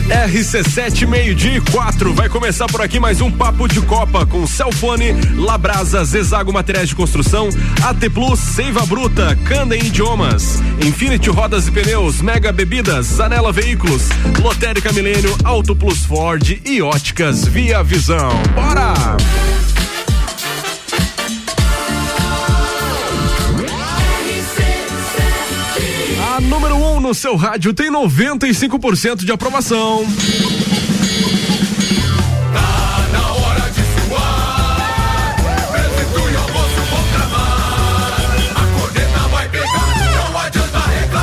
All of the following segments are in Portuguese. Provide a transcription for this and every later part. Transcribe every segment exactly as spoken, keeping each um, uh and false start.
R C sete, meio-dia e quatro. Vai começar por aqui mais um Papo de Copa com Celfone, Labrasa, Zezago Materiais de Construção, A T Plus, Seiva Bruta, Candem Idiomas, Infinity Rodas e Pneus, Mega Bebidas, Zanela Veículos, Lotérica Milênio, Auto Plus Ford e Óticas Via Visão. Bora! A número um no seu rádio tem noventa e cinco por cento de aprovação. Tá na hora de suar, apresento e almoço vou cravar. A corneta vai pegar, não adianta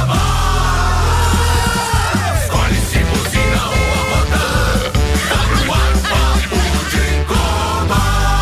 reclamar. Escolhe se buzina ou a roda, tá no ar o Papo de Copa.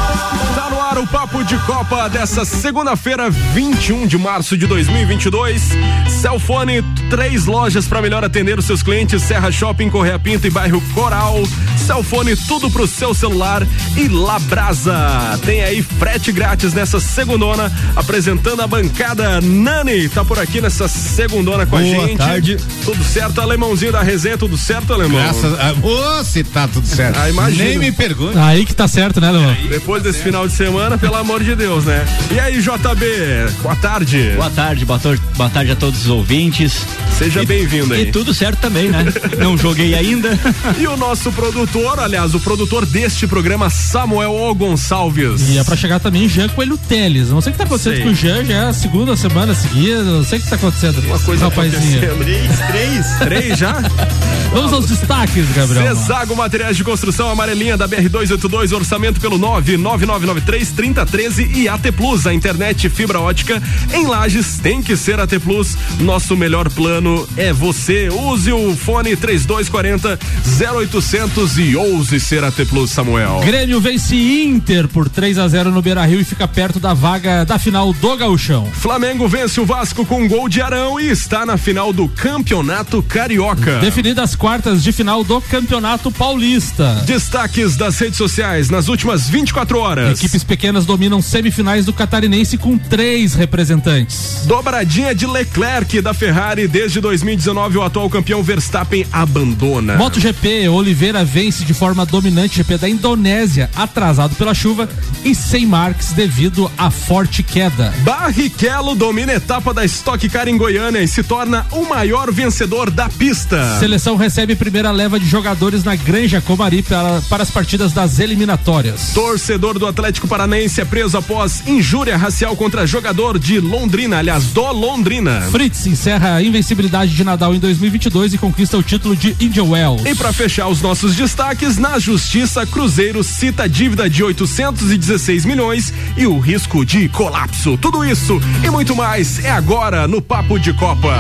Tá no ar o Papo de Copa dessa segunda-feira, vinte e um de março de dois mil e vinte e dois. Celfone, três lojas para melhor atender os seus clientes: Serra Shopping, Correia Pinto e bairro Coral. Celfone, tudo pro seu celular. E Labrasa, tem aí frete grátis nessa segundona, apresentando a bancada. Nani tá por aqui nessa segundona com Boa a gente. Boa tarde. Tudo certo, Alemãozinho da resenha, tudo certo, Alemão? Graças a... Ô, se tá tudo certo. Ah, imagina. Nem me pergunte. Aí que tá certo, né, Alemão? Depois desse final de semana, pelo amor de Deus, né? E aí, J B, boa tarde. Boa tarde, boa, tor- boa tarde a todos os ouvintes. Seja bem-vindo aí. E tudo certo também, né? Não joguei ainda. E o nosso produtor, aliás, o produtor deste programa, Samuel O. Gonçalves. E é pra chegar também Jean Coelho Teles. Não sei o que tá acontecendo Sei. com o Jean, já é a segunda semana seguida, não sei o que tá acontecendo. Uma coisa rapazinho. Três, três, três já? Vamos aos destaques, Gabriel. Zezago Materiais de Construção, amarelinha da B R duzentos e oitenta e dois, orçamento pelo nove nove nove nove três, três zero um três e A T Plus, a internet fibra ótica em Lages tem que ser A T Plus. Nosso melhor plano é você. Use o fone trinta e dois quarenta, zero oitocentos e ouse ser A T Plus, Samuel. Grêmio vence Inter por três a zero no Beira-Rio e fica perto da vaga da final do Gauchão. Flamengo vence o Vasco com um gol de Arão e está na final do Campeonato Carioca. Definidas as quartas de final do Campeonato Paulista. Destaques das redes sociais nas últimas vinte e quatro horas. Equipes pequenas dominam semifinais do Catarinense com três representantes. Dobradinha de Leclerc da Ferrari desde dois mil e dezenove, o atual campeão Verstappen abandona. MotoGP, Oliveira vence de forma dominante G P da Indonésia, atrasado pela chuva e sem marques devido à forte queda. Barrichello domina a etapa da Stock Car em Goiânia e se torna o maior vencedor da pista. Seleção recebe primeira leva de jogadores na Granja Comari para, para as partidas das eliminatórias. Torcedor do Atlético Paranaense é preso após injúria racial contra jogador de Londrina, aliás, do Londrina. Fritz encerra a invencibilidade de Nadal em dois mil e vinte e dois e conquista o título de Indian Wells. E para fechar os nossos destaques, na Justiça, Cruzeiro cita dívida de oitocentos e dezesseis milhões e o risco de colapso. Tudo isso e muito mais é agora no Papo de Copa.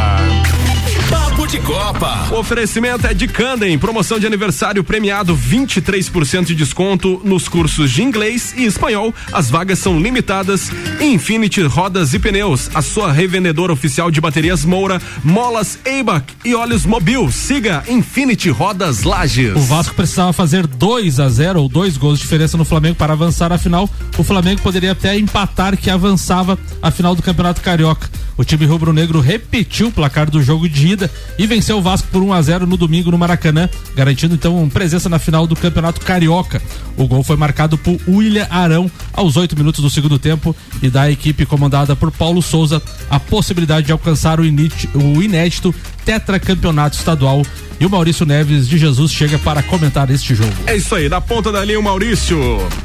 Papo de Copa. O oferecimento é de Candem, promoção de aniversário premiado, vinte e três por cento de desconto nos cursos de inglês e espanhol. As vagas são limitadas. Infinity Rodas e Pneus, a sua revendedora oficial de baterias Moura, molas Eibach e óleos Mobil. Siga Infinity Rodas Lages. O Vasco precisava fazer dois a zero ou dois gols de diferença no Flamengo para avançar à final. O Flamengo poderia até empatar, que avançava à final do Campeonato Carioca. O time rubro-negro repetiu o placar do jogo de ida e venceu o Vasco por um a zero no domingo no Maracanã, garantindo então presença na final do Campeonato Carioca. O gol foi marcado por William Arão aos oito minutos do segundo tempo e dá à equipe comandada por Paulo Souza a possibilidade de alcançar o inédito, o inédito tetracampeonato estadual. E o Maurício Neves de Jesus chega para comentar este jogo. É isso aí, na ponta da linha o Maurício.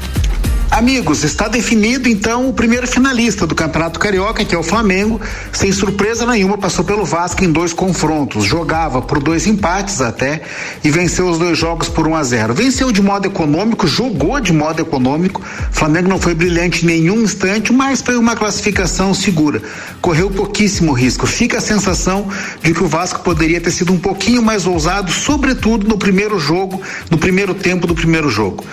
Amigos, está definido então o primeiro finalista do Campeonato Carioca, que é o Flamengo. Sem surpresa nenhuma, passou pelo Vasco em dois confrontos, jogava por dois empates até e venceu os dois jogos por um a zero. Venceu de modo econômico, jogou de modo econômico. Flamengo não foi brilhante em nenhum instante, mas foi uma classificação segura. Correu pouquíssimo risco. Fica a sensação de que o Vasco poderia ter sido um pouquinho mais ousado, sobretudo no primeiro jogo, no primeiro tempo do primeiro jogo.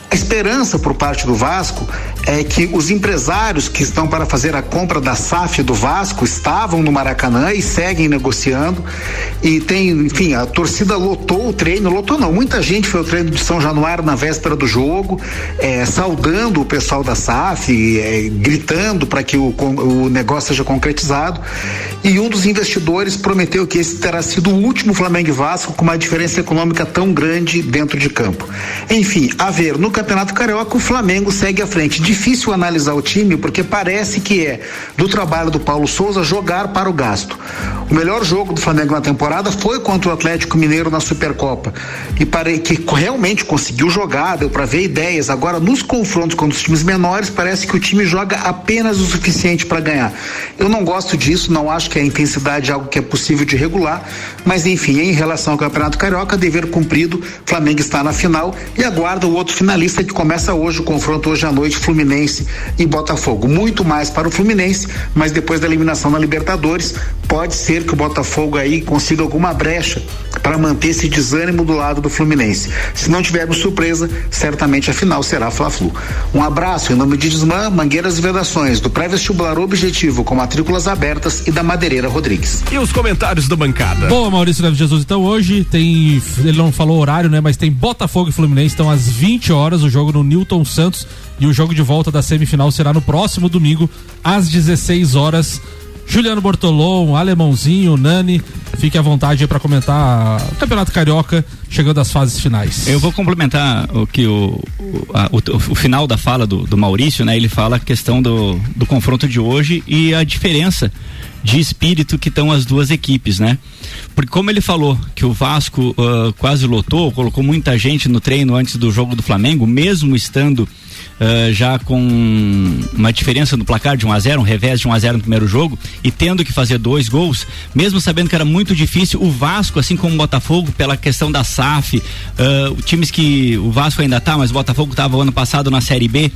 A esperança por parte do Vasco é que os empresários que estão para fazer a compra da S A F do Vasco estavam no Maracanã e seguem negociando, e tem, enfim, a torcida lotou o treino, lotou não, muita gente foi ao treino de São Januário na véspera do jogo, é, saudando o pessoal da S A F, é, gritando para que o, o negócio seja concretizado, e um dos investidores prometeu que esse terá sido o último Flamengo e Vasco com uma diferença econômica tão grande dentro de campo. Enfim, a ver, no Campeonato Carioca o Flamengo segue à frente. Difícil analisar o time porque parece que é do trabalho do Paulo Souza jogar para o gasto. O melhor jogo do Flamengo na temporada foi contra o Atlético Mineiro na Supercopa, e parece que realmente conseguiu jogar, deu para ver ideias. Agora nos confrontos contra os times menores parece que o time joga apenas o suficiente para ganhar. Eu não gosto disso, não acho que a intensidade é algo que é possível de regular, mas enfim, em relação ao Campeonato Carioca, dever cumprido, Flamengo está na final e aguarda o outro finalista que começa hoje, o confronto hoje à noite, Fluminense e Botafogo. Muito mais para o Fluminense, mas depois da eliminação na Libertadores, pode ser que o Botafogo aí consiga alguma brecha para manter esse desânimo do lado do Fluminense. Se não tivermos surpresa, certamente a final será Fla-Flu. Um abraço em nome de Desmã, Mangueiras e Vedações, do pré-vestibular Objetivo com matrículas abertas e da Madeireira Rodrigues. E os comentários da bancada? Boa, Maurício Neves Jesus. Então hoje tem, ele não falou horário, né, mas tem Botafogo e Fluminense, então às vinte horas o jogo no Newton Santos, e o jogo de volta da semifinal será no próximo domingo às dezesseis horas. Juliano Bortolom, Alemãozinho, Nani, fique à vontade aí para comentar o Campeonato Carioca chegando às fases finais. Eu vou complementar o que o, o, a, o, o final da fala do, do Maurício, né? Ele fala a questão do, do confronto de hoje e a diferença de espírito que estão as duas equipes, né? Porque como ele falou que o Vasco uh, quase lotou, colocou muita gente no treino antes do jogo do Flamengo, mesmo estando Uh, já com uma diferença no placar de um a zero, um revés de um a zero no primeiro jogo, e tendo que fazer dois gols, mesmo sabendo que era muito difícil, o Vasco, assim como o Botafogo, pela questão da S A F, uh, times que o Vasco ainda tá, mas o Botafogo estava ano passado na Série B,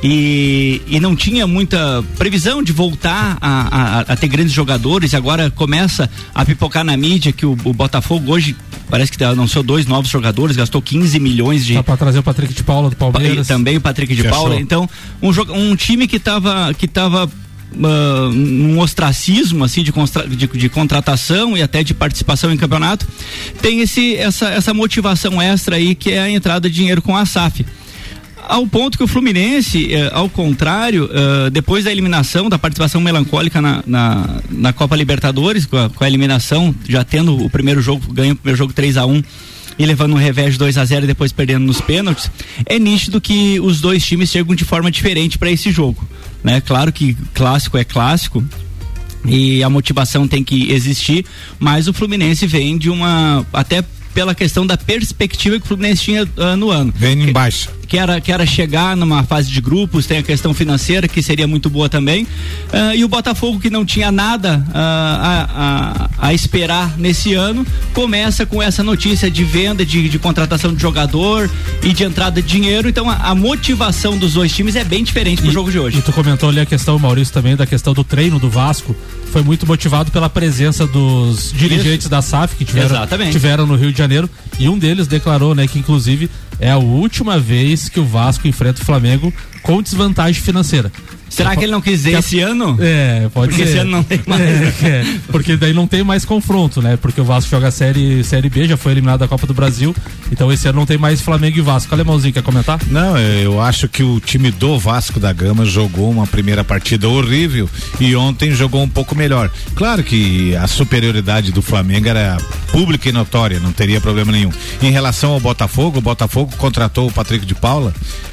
e, e não tinha muita previsão de voltar a, a, a ter grandes jogadores, e agora começa a pipocar na mídia que o, o Botafogo hoje parece que anunciou dois novos jogadores, gastou quinze milhões de... Só pra trazer o Patrick de Paula do Palmeiras. E também o Patrick de Paula. Então, um, um time que tava, que tava uh, num ostracismo, assim, de, de, de contratação e até de participação em campeonato, tem esse, essa, essa motivação extra aí, que é a entrada de dinheiro com a S A F. Ao ponto que o Fluminense, eh, ao contrário, eh, depois da eliminação, da participação melancólica na, na, na Copa Libertadores, com a, com a eliminação, já tendo o primeiro jogo, ganha o primeiro jogo três a um e levando um revés de dois a zero e depois perdendo nos pênaltis, é nítido que os dois times chegam de forma diferente para esse jogo, né? Claro que clássico é clássico e a motivação tem que existir, mas o Fluminense vem de uma, até pela questão da perspectiva que o Fluminense tinha uh, no ano. Vem embaixo. Que era, que era chegar numa fase de grupos, tem a questão financeira que seria muito boa também, uh, e o Botafogo, que não tinha nada uh, a, a, a esperar nesse ano, começa com essa notícia de venda, de, de contratação de jogador e de entrada de dinheiro. Então a, a motivação dos dois times é bem diferente pro e, jogo de hoje. E tu comentou ali a questão, Maurício, também da questão do treino do Vasco, foi muito motivado pela presença dos dirigentes Isso. da S A F que tiveram, tiveram no Rio de Janeiro, e um deles declarou, né, que inclusive é a última vez que o Vasco enfrenta o Flamengo com desvantagem financeira. Será que ele não quis dizer que esse ano? É, pode porque ser. Esse ano não tem mais. É, é, porque daí não tem mais confronto, né? Porque o Vasco joga a série, série B, já foi eliminado da Copa do Brasil, então esse ano não tem mais Flamengo e Vasco. Alemãozinho, quer comentar? Não, eu acho que o time do Vasco da Gama jogou uma primeira partida horrível e ontem jogou um pouco melhor. Claro que a superioridade do Flamengo era pública e notória, não teria problema nenhum. Em relação ao Botafogo, o Botafogo contratou o Patrick de Paula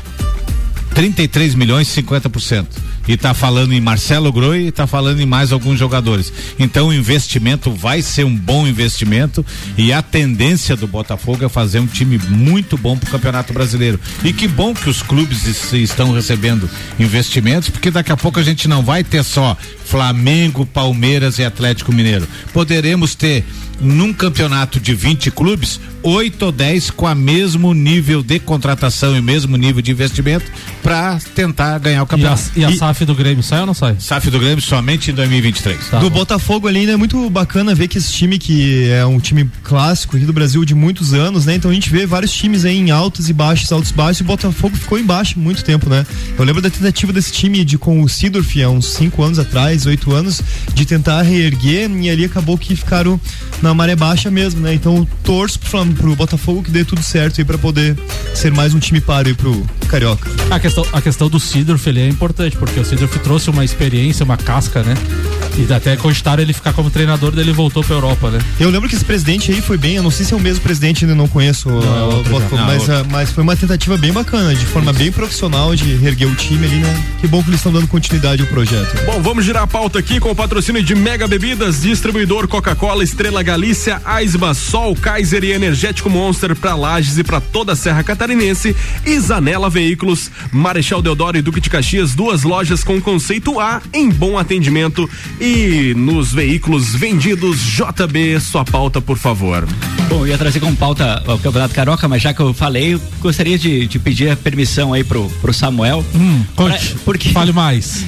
trinta e três milhões, cinquenta por cento. E tá falando em Marcelo Groi e tá falando em mais alguns jogadores. Então o investimento vai ser um bom investimento e a tendência do Botafogo é fazer um time muito bom pro Campeonato Brasileiro. E que bom que os clubes estão recebendo investimentos, porque daqui a pouco a gente não vai ter só Flamengo, Palmeiras e Atlético Mineiro. Poderemos ter num campeonato de vinte clubes, oito ou dez com a mesmo nível de contratação e mesmo nível de investimento para tentar ganhar o campeonato. E a, e a e... S A F do Grêmio sai ou não sai? S A F do Grêmio somente em dois mil e vinte e três. Tá, do bom. Botafogo ali, né? É muito bacana ver que esse time, que é um time clássico aqui do Brasil de muitos anos, né? Então a gente vê vários times aí em altos e baixos, altos e baixos, e o Botafogo ficou embaixo muito tempo, né? Eu lembro da tentativa desse time de com o Seedorf há uns cinco anos atrás, oito anos, de tentar reerguer, e ali acabou que ficaram na maré baixa mesmo, né? Então torço pro, pro Botafogo que dê tudo certo aí pra poder ser mais um time páreo aí pro Carioca. A questão, a questão do Seedorf, ele é importante, porque o Seedorf trouxe uma experiência, uma casca, né? E até cogitaram ele ficar como treinador, daí ele voltou pra Europa, né? Eu lembro que esse presidente aí foi bem, eu não sei se é o mesmo presidente, ainda não conheço não, o, o Botafogo, não, mas, a, mas foi uma tentativa bem bacana, de forma bem profissional, de reerguer o time ali, né? Que bom que eles estão dando continuidade ao projeto. Bom, vamos girar a pauta aqui com o patrocínio de Mega Bebidas, distribuidor Coca-Cola, Estrela Galícia, Aisba, Sol, Kaiser e Energético Monster para Lages e para toda a Serra Catarinense, e Zanela Veículos, Marechal Deodoro e Duque de Caxias, duas lojas com conceito A em bom atendimento, e nos veículos vendidos J B, sua pauta, por favor. Bom, eu ia trazer como pauta o Campeonato Carioca, mas já que eu falei, eu gostaria de, de pedir a permissão aí pro, pro Samuel. Hum, conte, pra, porque... fale mais.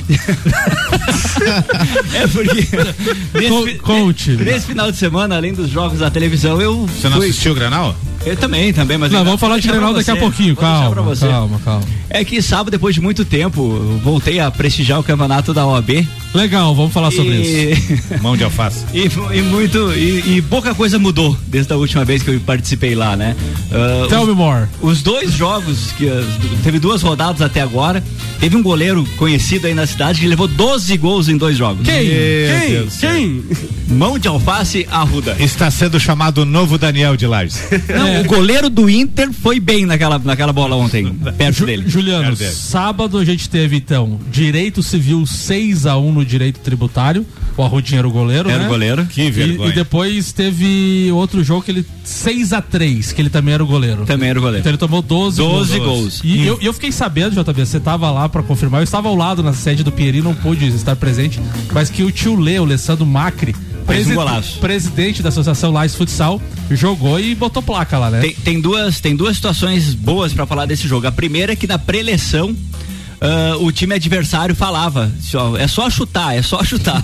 É porque nesse, conte. Nesse final de semana, além dos jogos da televisão, eu Você não fui... assistiu o Grenal? Eu também, também, mas... Não, vamos falar de Grenal daqui a pouquinho, calma, calma, calma. É que sábado, depois de muito tempo, voltei a prestigiar o campeonato da O A B. Legal, vamos falar e... sobre isso. Mão de alface. E, e muito, e, e pouca coisa mudou desde a última vez que eu participei lá, né? Uh, Tell os, me more. Os dois jogos, que teve duas rodadas até agora, teve um goleiro conhecido aí na cidade que levou doze gols em dois jogos. Quem? Meu Quem? Deus Quem? Mão de alface, Arruda. Está sendo chamado o novo Daniel de Lages. Não, é. O goleiro do Inter foi bem naquela, naquela bola ontem, perto Ju, dele. Juliano, sábado a gente teve então Direito Civil seis a um no Direito Tributário. O Arrudinho era o goleiro, era né? o goleiro. Que vergonha. E, e depois teve outro jogo que ele seis a três, que ele também era o goleiro. Também era o goleiro. Então ele tomou doze, doze gols. gols. E hum. eu, eu fiquei sabendo, J B, você estava lá para confirmar, eu estava ao lado na sede do Pieri, não pude estar presente, mas que o tio Lê, o Alessandro Macri, Presi- um presidente da Associação Lages Futsal, jogou e botou placa lá, né? Tem, tem, duas, tem duas situações boas para falar desse jogo. A primeira é que na pré-eleição Uh, o time adversário falava, só, é só chutar, é só chutar.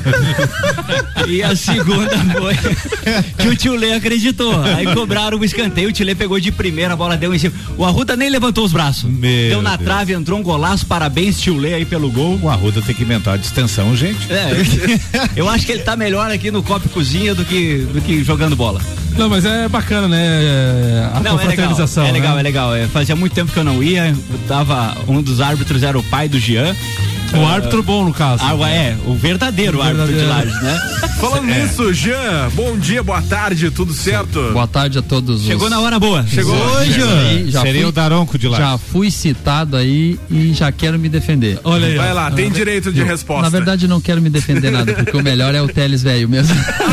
E a segunda foi que o tio Lê acreditou. Aí cobraram o escanteio, o tio Lê pegou de primeira, a bola deu em cima. O Arruda nem levantou os braços. Meu deu na Deus. Trave, entrou um golaço, parabéns, tio Lê aí pelo gol. O Arruda tem que inventar a distensão, gente. É, eu acho que ele tá melhor aqui no Copa e Cozinha do que, do que jogando bola. Não, mas é bacana, né? A não, confraternização. É legal, né? é legal, é legal. É, fazia muito tempo que eu não ia. Eu tava, um dos árbitros era o pai do Jean. O uh, árbitro bom, no caso. Ah, é, o verdadeiro, o verdadeiro árbitro de Lages, né? Falando é. nisso, Jean, bom dia, boa tarde, tudo certo? Boa tarde a todos. Chegou os... na hora boa. Chegou hoje, Jean. Já Seria fui, o Daronco de Lages. Já fui citado aí e já quero me defender. Olha aí. Vai lá, tem direito de eu, resposta. Na verdade, não quero me defender nada, porque o melhor é o Teles velho mesmo.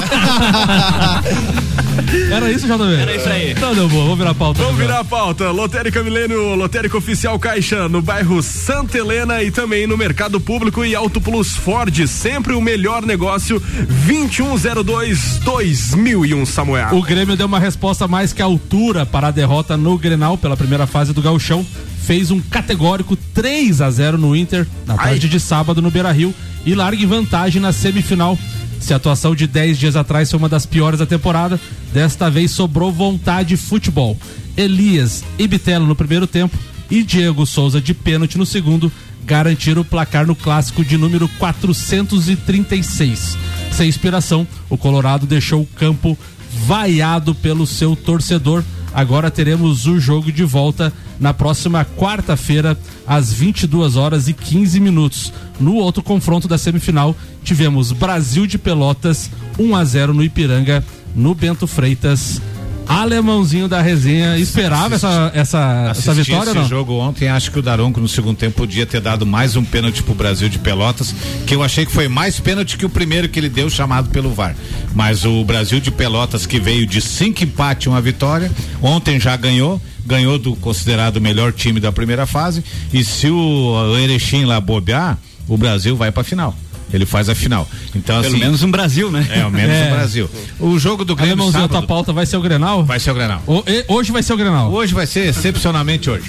Era isso, J B? Era isso aí. Então deu boa, vamos virar a pauta. Vamos virar a pauta. Lotérica Milênio, Lotérica Oficial Caixa, no bairro Santa Helena e também no Mercado Público e Auto Plus Ford, sempre o melhor negócio. Vinte e um zero dois dois mil e um, Samuel. O Grêmio deu uma resposta mais que à altura para a derrota no Grenal pela primeira fase do Gauchão. Fez um categórico três a zero no Inter na tarde Ai. de sábado no Beira-Rio e larga em vantagem na semifinal. Se a atuação de dez dias atrás foi uma das piores da temporada, desta vez sobrou vontade e futebol. Elias e Bitelo no primeiro tempo e Diego Souza de pênalti no segundo garantiram o placar no clássico de número quatrocentos e trinta e seis. Sem inspiração, o Colorado deixou o campo vaiado pelo seu torcedor. Agora teremos o jogo de volta na próxima quarta-feira, às vinte e duas horas e quinze minutos. No outro confronto da semifinal, tivemos Brasil de Pelotas, um a zero no Ipiranga, no Bento Freitas. Alemãozinho da resenha, esperava Assisti, essa, essa, essa vitória, esse não? jogo ontem, acho que o Daronco no segundo tempo podia ter dado mais um pênalti pro Brasil de Pelotas, que eu achei que foi mais pênalti que o primeiro que ele deu, chamado pelo V A R. Mas o Brasil de Pelotas, que veio de cinco empates e uma vitória, ontem já ganhou, ganhou do considerado melhor time da primeira fase, e se o Erechim lá bobear, o Brasil vai pra final. Ele faz a final. Então, Pelo assim, menos no Brasil, né? É, ao menos É. no Brasil. O jogo do Grêmio Alemãozinho, a sábado tua pauta vai ser o Grenal? vai ser o Grenal. O- e- hoje vai ser o Grenal. Hoje vai ser excepcionalmente hoje.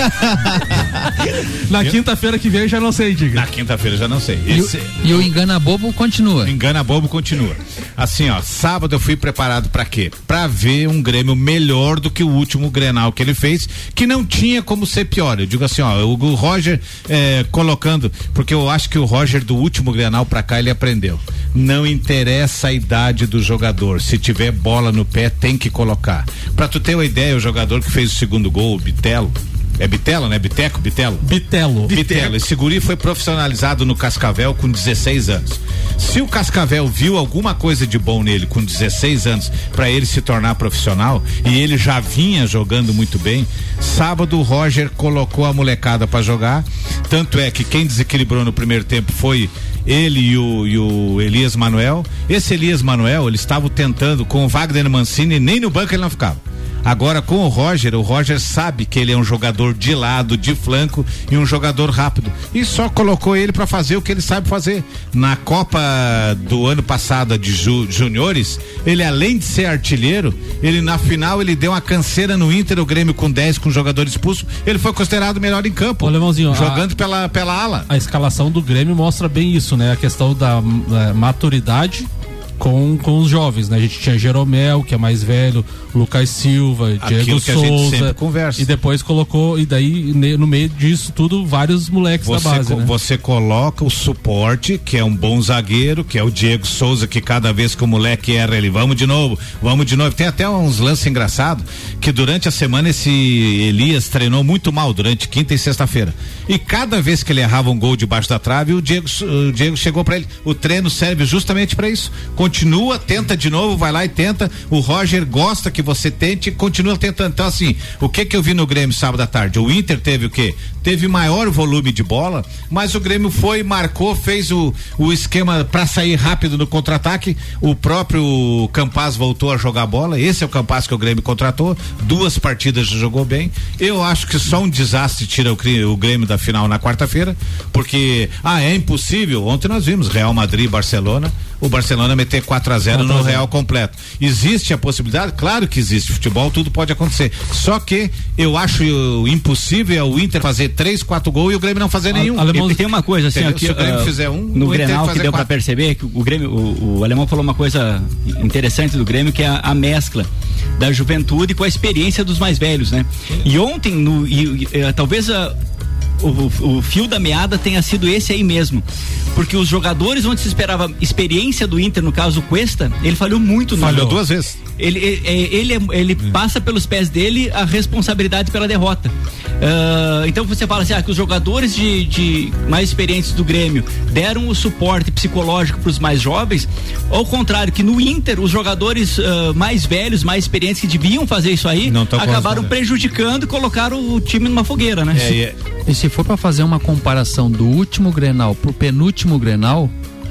Na quinta-feira que vem já não sei, diga. Na quinta-feira já não sei. E, Esse... o, e o Engana Bobo continua. Engana bobo continua. Assim, ó, sábado eu fui preparado pra quê? Pra ver um Grêmio melhor do que o último Grenal que ele fez, que não tinha como ser pior. Eu digo assim, ó, o, o Roger é, colocando, porque eu acho que o Roger do último Grenal pra cá ele aprendeu. Não interessa a idade do jogador, se tiver bola no pé tem que colocar. Pra tu ter uma ideia, o jogador que fez o segundo gol, o Bitelo, é Bitelo, né? Biteco, Bitelo? Bitelo. Bitelo, esse guri foi profissionalizado no Cascavel com dezesseis anos. Se o Cascavel viu alguma coisa de bom nele com dezesseis anos para ele se tornar profissional, e ele já vinha jogando muito bem, sábado o Roger colocou a molecada para jogar, tanto é que quem desequilibrou no primeiro tempo foi ele e o, e o Elias Manuel. Esse Elias Manuel, ele estava tentando com o Wagner Mancini, nem no banco ele não ficava. Agora com o Roger, o Roger sabe que ele é um jogador de lado, de flanco e um jogador rápido. E só colocou ele para fazer o que ele sabe fazer. Na Copa do ano passado de ju, juniores, ele além de ser artilheiro, ele na final ele deu uma canseira no Inter, o Grêmio com dez, com jogador expulso, ele foi considerado melhor em campo. Ô, Alemãozinho, jogando a, pela, pela ala. A escalação do Grêmio mostra bem isso, né? A questão da, da maturidade com, com os jovens, né? A gente tinha Jeromel, que é mais velho, Lucas Silva, Aquilo Diego que a gente Souza, sempre conversa. e depois colocou, e daí ne, no meio disso tudo, vários moleques Você, da base, co- né? você coloca o suporte, que é um bom zagueiro, que é o Diego Souza, que cada vez que o moleque erra, ele vamos de novo, vamos de novo. Tem até uns lances engraçados, que durante a semana esse Elias treinou muito mal, durante quinta e sexta-feira. E cada vez que ele errava um gol debaixo da trave, o Diego, o Diego chegou pra ele. O treino serve justamente pra isso. Continua, tenta de novo, vai lá e tenta. O Roger gosta que você tente e continua tentando. Então, assim, o que que eu vi no Grêmio sábado à tarde? O Inter teve o quê? Teve maior volume de bola, mas o Grêmio foi, marcou, fez o, o esquema pra sair rápido no contra-ataque. O próprio Campaz voltou a jogar bola. Esse é o Campaz que o Grêmio contratou. Duas partidas jogou bem. Eu acho que só um desastre tira o, o Grêmio da final na quarta-feira, porque, ah, é impossível. Ontem nós vimos Real Madrid e Barcelona. O Barcelona meter quatro a zero no Real completo. Existe a possibilidade? Claro que existe. Futebol, tudo pode acontecer. Só que eu acho impossível o Inter fazer três, quatro gols e o Grêmio não fazer nenhum. Alemão, tem uma coisa assim, aqui, se o Grêmio uh, fizer um, no o Inter Grenal fazer que deu para quatro. perceber que o Grêmio, o, o Alemão falou uma coisa interessante do Grêmio, que é a, a mescla da juventude com a experiência dos mais velhos, né? E ontem, no, e, e, talvez a O, o, o fio da meada tenha sido esse aí mesmo, porque os jogadores onde se esperava experiência do Inter, no caso o Cuesta, ele falhou muito no Falhou jogo. duas vezes. Ele, ele, ele, ele, ele passa pelos pés dele a responsabilidade pela derrota. Uh, então você fala assim, ah, que os jogadores de, de mais experientes do Grêmio deram o suporte psicológico para os mais jovens, ao contrário, que no Inter os jogadores uh, mais velhos, mais experientes, que deviam fazer isso aí, Não tão acabaram com- prejudicando e colocaram o time numa fogueira, né? É, é, E se for pra fazer uma comparação do último Grenal pro penúltimo Grenal,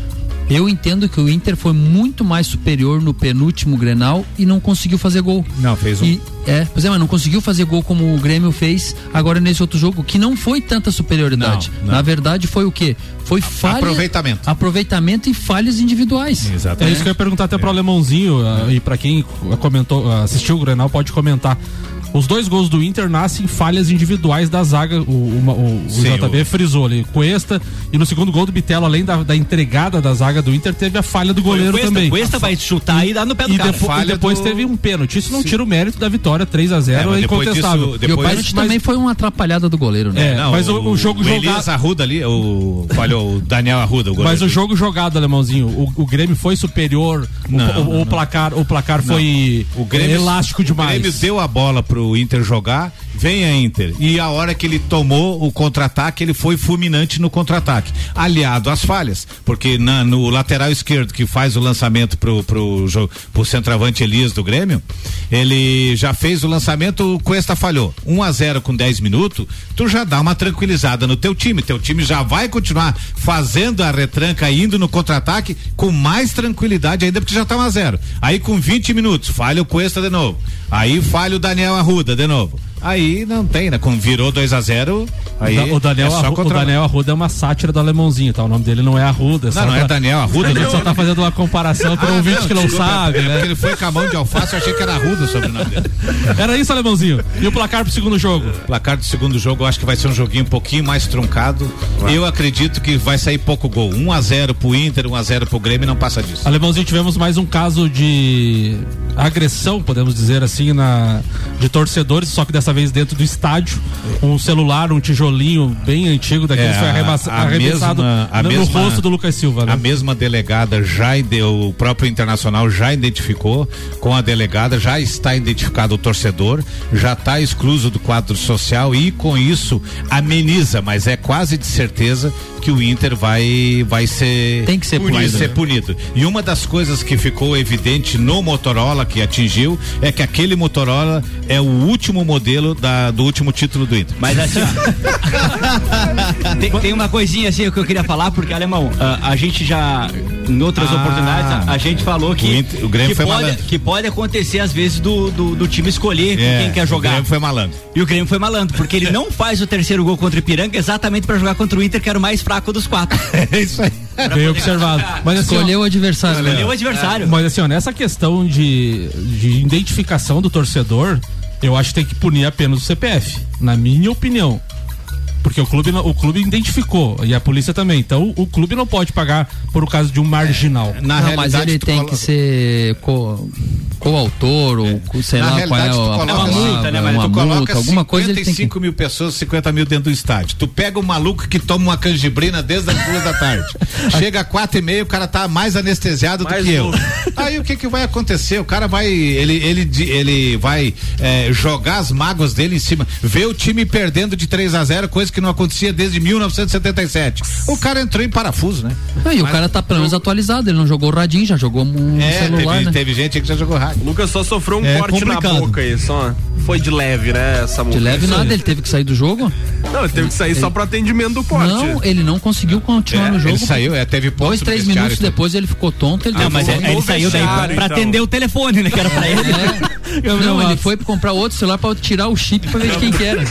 eu entendo que o Inter foi muito mais superior no penúltimo Grenal e não conseguiu fazer gol. Não, fez um. E, é, pois é, mas não conseguiu fazer gol como o Grêmio fez agora nesse outro jogo, que não foi tanta superioridade. Não, não. Na verdade foi o quê? Foi falha, aproveitamento. aproveitamento e falhas individuais. É Exatamente. isso que eu ia perguntar até pro Alemãozinho, uh, e pra quem comentou, uh, assistiu o Grenal, pode comentar. Os dois gols do Inter nascem em falhas individuais da zaga. O, o, o, o Sim, J B o- frisou ali, Cuesta, e no segundo gol do Bitelo, além da, da entregada da zaga do Inter, teve a falha do goleiro Cuesta, também. Cuesta vai chutar e dar no pé do E, cara. depo- e falha depois do- teve um pênalti. Isso não Sim. tira o mérito da vitória, três a É, zero, mas é, depois incontestável. disso- E o Depois- pênalti mas- também foi uma atrapalhada do goleiro, né? É, Não, mas o, o jogo o jogado. Elias Arruda ali, o falhou o Daniel Arruda, o goleiro. Mas o jogo jogado, Alemãozinho, o, o Grêmio foi superior, o- Não, o, não, o placar, o placar foi O Grêmio, elástico demais. O Grêmio deu a bola pro Inter jogar, vem a Inter. E a hora que ele tomou o contra-ataque, ele foi fulminante no contra-ataque. Aliado às falhas, porque na, no lateral esquerdo que faz o lançamento pro, pro, pro, pro centroavante Elias do Grêmio, ele já fez o lançamento, o Cuesta falhou. um a zero com dez minutos, tu já dá uma tranquilizada no teu time. Teu time já vai continuar fazendo a retranca, indo no contra-ataque com mais tranquilidade ainda, porque já tá um a zero. Aí com vinte minutos, falha o Cuesta de novo. Aí falha o Daniel Arruda de novo. Aí não tem, né? Quando virou dois a zero, aí o Daniel, é só Arru, o Daniel Arruda é uma sátira do alemãozinho, tá? O nome dele não é Arruda. É não, não pra... é Daniel Arruda. A gente só tá fazendo uma comparação para um ouvinte que não desculpa, sabe, é, né? Porque ele foi com a mão de alface, eu achei que era Arruda o sobrenome dele. Era isso, alemãozinho. E o placar pro segundo jogo? O placar do segundo jogo, eu acho que vai ser um joguinho um pouquinho mais truncado. Vai. Eu acredito que vai sair pouco gol. um a zero pro Inter, um a zero pro Grêmio, não passa disso. Alemãozinho, tivemos mais um caso de agressão, podemos dizer assim, na, de torcedores, só que dessa vez dentro do estádio. Um celular, um tijolinho bem antigo daqueles é, foi arremessa, a arremessado mesma, a no, mesma, rosto do Lucas Silva, né? A mesma delegada já, o próprio Internacional já identificou com a delegada, já está identificado o torcedor, já está excluso do quadro social e com isso ameniza, mas é quase de certeza que o Inter vai vai ser tem que ser punido, vai punido, ser né? punido. E uma das coisas que ficou evidente no Motorola que atingiu é que aquele Motorola é o último modelo da, do último título do Inter. Mas assim, ó, tem, tem uma coisinha assim que eu queria falar, porque, Alemão, a, a gente já em outras ah, oportunidades a, a gente falou que o, Inter, o Grêmio que, foi pode, malandro. que pode acontecer às vezes do, do, do time escolher é, quem quer jogar. O Grêmio foi malandro. E o Grêmio foi malandro, porque ele não faz o terceiro gol contra o Ipiranga exatamente para jogar contra o Inter, que era o mais fraco dos quatro. É isso aí. Bem observado. Mas, assim, escolheu ó, o adversário. Escolheu o adversário. Mas assim, ó, nessa questão de, de identificação do torcedor, eu acho que tem que punir apenas o C P F, na minha opinião. Porque o clube, o clube identificou e a polícia também. Então o clube não pode pagar por o caso de um marginal. É, na não, mas ele tem colo... que ser co, coautor ou é. sei na lá qual é, a, é uma multa, né? Mas tu multa, alguma coisa. cinquenta e cinco mil pessoas, cinquenta mil dentro do estádio. Tu pega o maluco que toma uma canjibrina desde as duas da tarde. Chega a quatro e meia, o cara tá mais anestesiado mais do que eu. Aí o que que vai acontecer? O cara vai, ele, ele, ele vai é, jogar as mágoas dele em cima. Vê o time perdendo de três a zero, coisa que que não acontecia desde mil novecentos e setenta e sete. O cara entrou em parafuso, né? Não, e Mas, o cara tá pelo menos atualizado, ele não jogou o radinho, já jogou um é, celular, teve, né? teve gente que já jogou rádio. O Lucas só sofreu um é corte complicado. na boca aí, só foi de leve, né? Essa de leve nada, ele teve que sair do jogo? Não, ele teve que sair ele, só pro atendimento do corte. Não, ele não conseguiu continuar é, no jogo. Ele saiu, é, teve ponto. Dois, três minutos depois ele ficou tonto, ele ah, mas é, ele saiu daí pra, pra então. atender o telefone, né? Que era pra ele. É. Não, não, ele foi comprar outro celular pra tirar o chip pra ver de quem que era.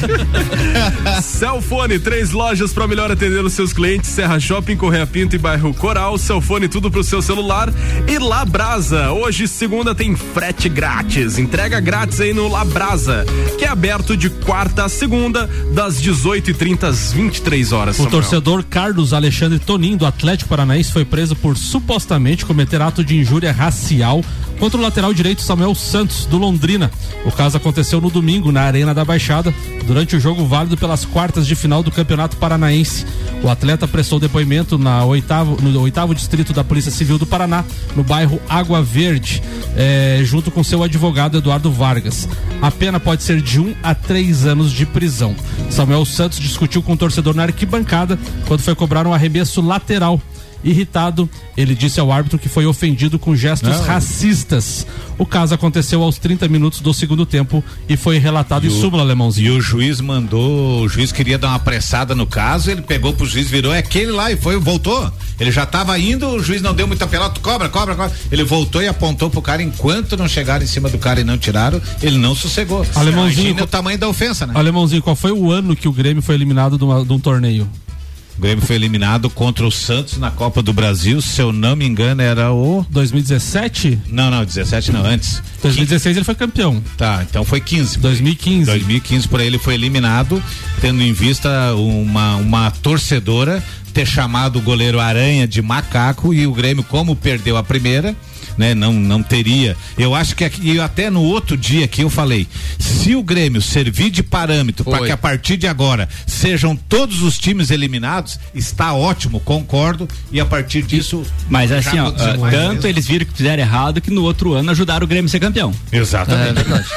Cellfone, três lojas para melhor atender os seus clientes: Serra Shopping, Correia Pinto e Bairro Coral. Cellfone, tudo pro seu celular. E Labrasa, hoje segunda tem frete grátis, entrega grátis aí no Labrasa, que é aberto de quarta a segunda, das dezoito e trinta às vinte e três horas. O Samuel. torcedor Carlos Alexandre Toninho do Atlético Paranaense foi preso por supostamente cometer ato de injúria racial contra o lateral direito Samuel Santos do Londrina. O caso aconteceu no domingo na Arena da Baixada, durante o jogo válido pelas quartas de final do Campeonato Paranaense. O atleta prestou depoimento na oitavo, no oitavo distrito da Polícia Civil do Paraná, no bairro Água Verde, eh, junto com seu advogado Eduardo Vargas. A pena pode ser de um a três anos de prisão. Samuel Santos discutiu com o torcedor na arquibancada quando foi cobrar um arremesso lateral. Irritado, ele disse ao árbitro que foi ofendido com gestos Não. racistas. O caso aconteceu aos trinta minutos do segundo tempo e foi relatado e em o, súmula, Alemãozinho. E o juiz mandou, o juiz queria dar uma apressada no caso, ele pegou pro juiz, virou, é aquele lá e foi, voltou. Ele já tava indo, o juiz não deu muita pelota, cobra, cobra, cobra. Ele voltou e apontou pro cara, enquanto não chegaram em cima do cara e não tiraram, ele não sossegou. Alemãozinho, imagina o tamanho da ofensa, né? Alemãozinho, qual foi o ano que o Grêmio foi eliminado de, uma, de um torneio? O Grêmio foi eliminado contra o Santos na Copa do Brasil, se eu não me engano era o... dois mil e dezessete? Não, não, dezessete não, antes. dois mil e dezesseis ele foi campeão. Tá, então foi quinze. dois mil e quinze. dois mil e quinze por aí ele foi eliminado, tendo em vista uma, uma torcedora ter chamado o goleiro Aranha de macaco e o Grêmio, como perdeu a primeira, né, não, não teria. Eu acho que aqui, até no outro dia aqui eu falei, se o Grêmio servir de parâmetro para que a partir de agora sejam todos os times eliminados, está ótimo, concordo, e a partir disso. Mas assim, ó, uh, tanto eles viram que fizeram errado que no outro ano ajudaram o Grêmio a ser campeão. Exatamente. É verdade.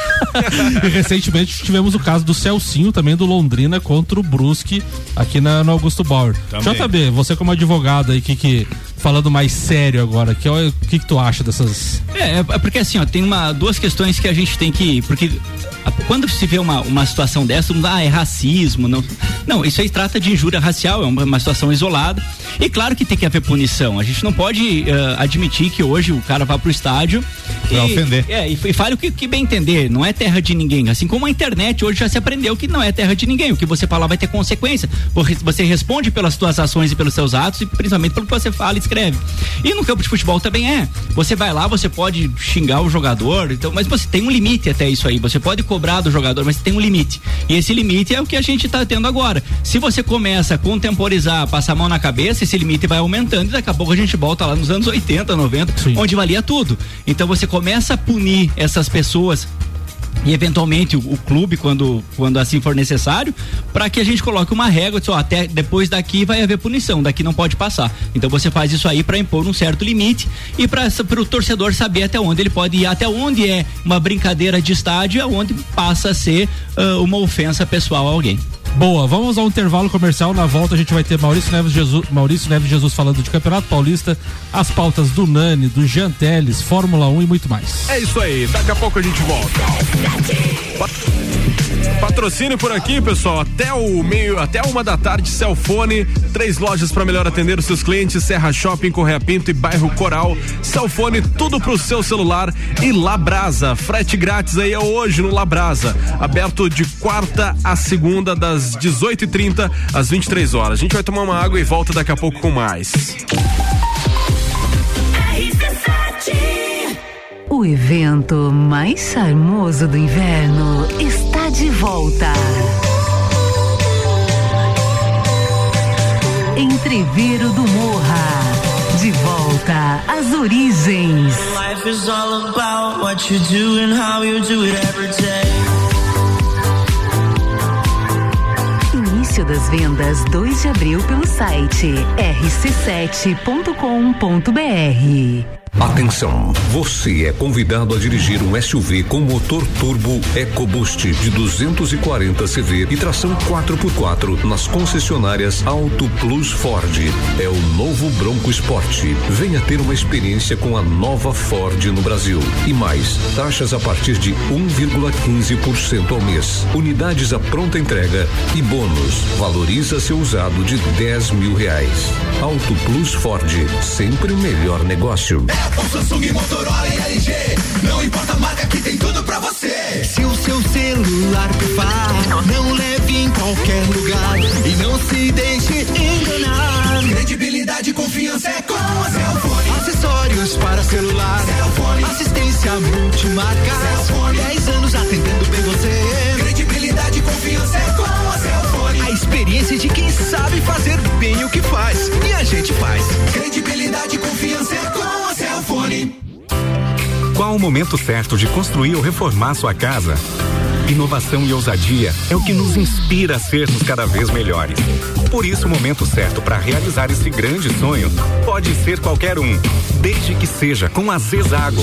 E recentemente tivemos o caso do Celcinho, também do Londrina, contra o Brusque, aqui na, no Augusto Bauer. Também. J B, você como advogado aí que, que falando mais sério agora, que, o que que tu acha dessas... É, é porque assim, ó, tem uma, duas questões que a gente tem que, porque quando se vê uma, uma situação dessa, não ah, é racismo, não, não, isso aí trata de injúria racial, é uma, uma situação isolada, e claro que tem que haver punição, a gente não pode uh, admitir que hoje o cara vá pro estádio pra e, ofender. É, e, e fale o que, que bem entender, não é terra de ninguém, assim como a internet hoje já se aprendeu que não é terra de ninguém, o que você falar vai ter consequência, porque você responde pelas suas ações e pelos seus atos, e principalmente pelo que você fala e escreve. E no campo de futebol também é, você vai lá, você pode xingar o jogador, então, mas você tem um limite até isso aí, você pode cobrar do jogador, mas tem um limite, e esse limite é o que a gente tá tendo agora. Se você começa a contemporizar, passar a mão na cabeça, esse limite vai aumentando e daqui a pouco a gente volta lá nos anos oitenta, noventa, sim, onde valia tudo. Então você começa a punir essas pessoas e eventualmente o, o clube, quando, quando assim for necessário, para que a gente coloque uma régua, diz, ó, até depois daqui vai haver punição, daqui não pode passar. Então você faz isso aí para impor um certo limite e para o torcedor saber até onde ele pode ir, até onde é uma brincadeira de estádio, aonde passa a ser uh, uma ofensa pessoal a alguém. Boa, vamos ao intervalo comercial. Na volta a gente vai ter Maurício Neves Jesus, Maurício Neves Jesus falando de Campeonato Paulista, as pautas do Nani, do Jean Teles, Fórmula um e muito mais. É isso aí, daqui a pouco a gente volta. Patrocínio por aqui, pessoal, até o meio, até uma da tarde, Celfone, três lojas para melhor atender os seus clientes, Serra Shopping, Correia Pinto e Bairro Coral. Celfone, tudo pro seu celular. E Labrasa, frete grátis aí é hoje no Labrasa, aberto de quarta a segunda das dezoito e trinta às vinte e três horas. A gente vai tomar uma água e volta daqui a pouco com mais. O evento mais charmoso do inverno está de volta. Entreveiro do Morra. De volta às origens. Life is all about what you do and how you do it every day. Início das vendas dois de abril pelo site r c sete ponto com ponto b r. Atenção, você é convidado a dirigir um S U V com motor turbo EcoBoost de duzentos e quarenta cilindradas e tração quatro por quatro nas concessionárias Auto Plus Ford. É o novo Bronco Sport. Venha ter uma experiência com a nova Ford no Brasil. E mais, taxas a partir de um vírgula quinze por cento ao mês. Unidades à pronta entrega e bônus. Valoriza seu usado de dez mil reais. Auto Plus Ford, sempre o melhor negócio. Com Samsung, Motorola e L G, não importa a marca que tem tudo pra você. Se o seu celular pifar, não leve em qualquer lugar e não se deixe enganar. Credibilidade e confiança é com a Celfone. Acessórios para celular, Celfone. Assistência multimarca, Celfone. dez anos atendendo bem você. Credibilidade e confiança é com a Celfone. A experiência de quem sabe fazer bem o que faz e a gente faz. Credibilidade e confiança é com a Celfone. Qual o momento certo de construir ou reformar sua casa? Inovação e ousadia é o que nos inspira a sermos cada vez melhores. Por isso, o momento certo para realizar esse grande sonho pode ser qualquer um, desde que seja com a Zezago.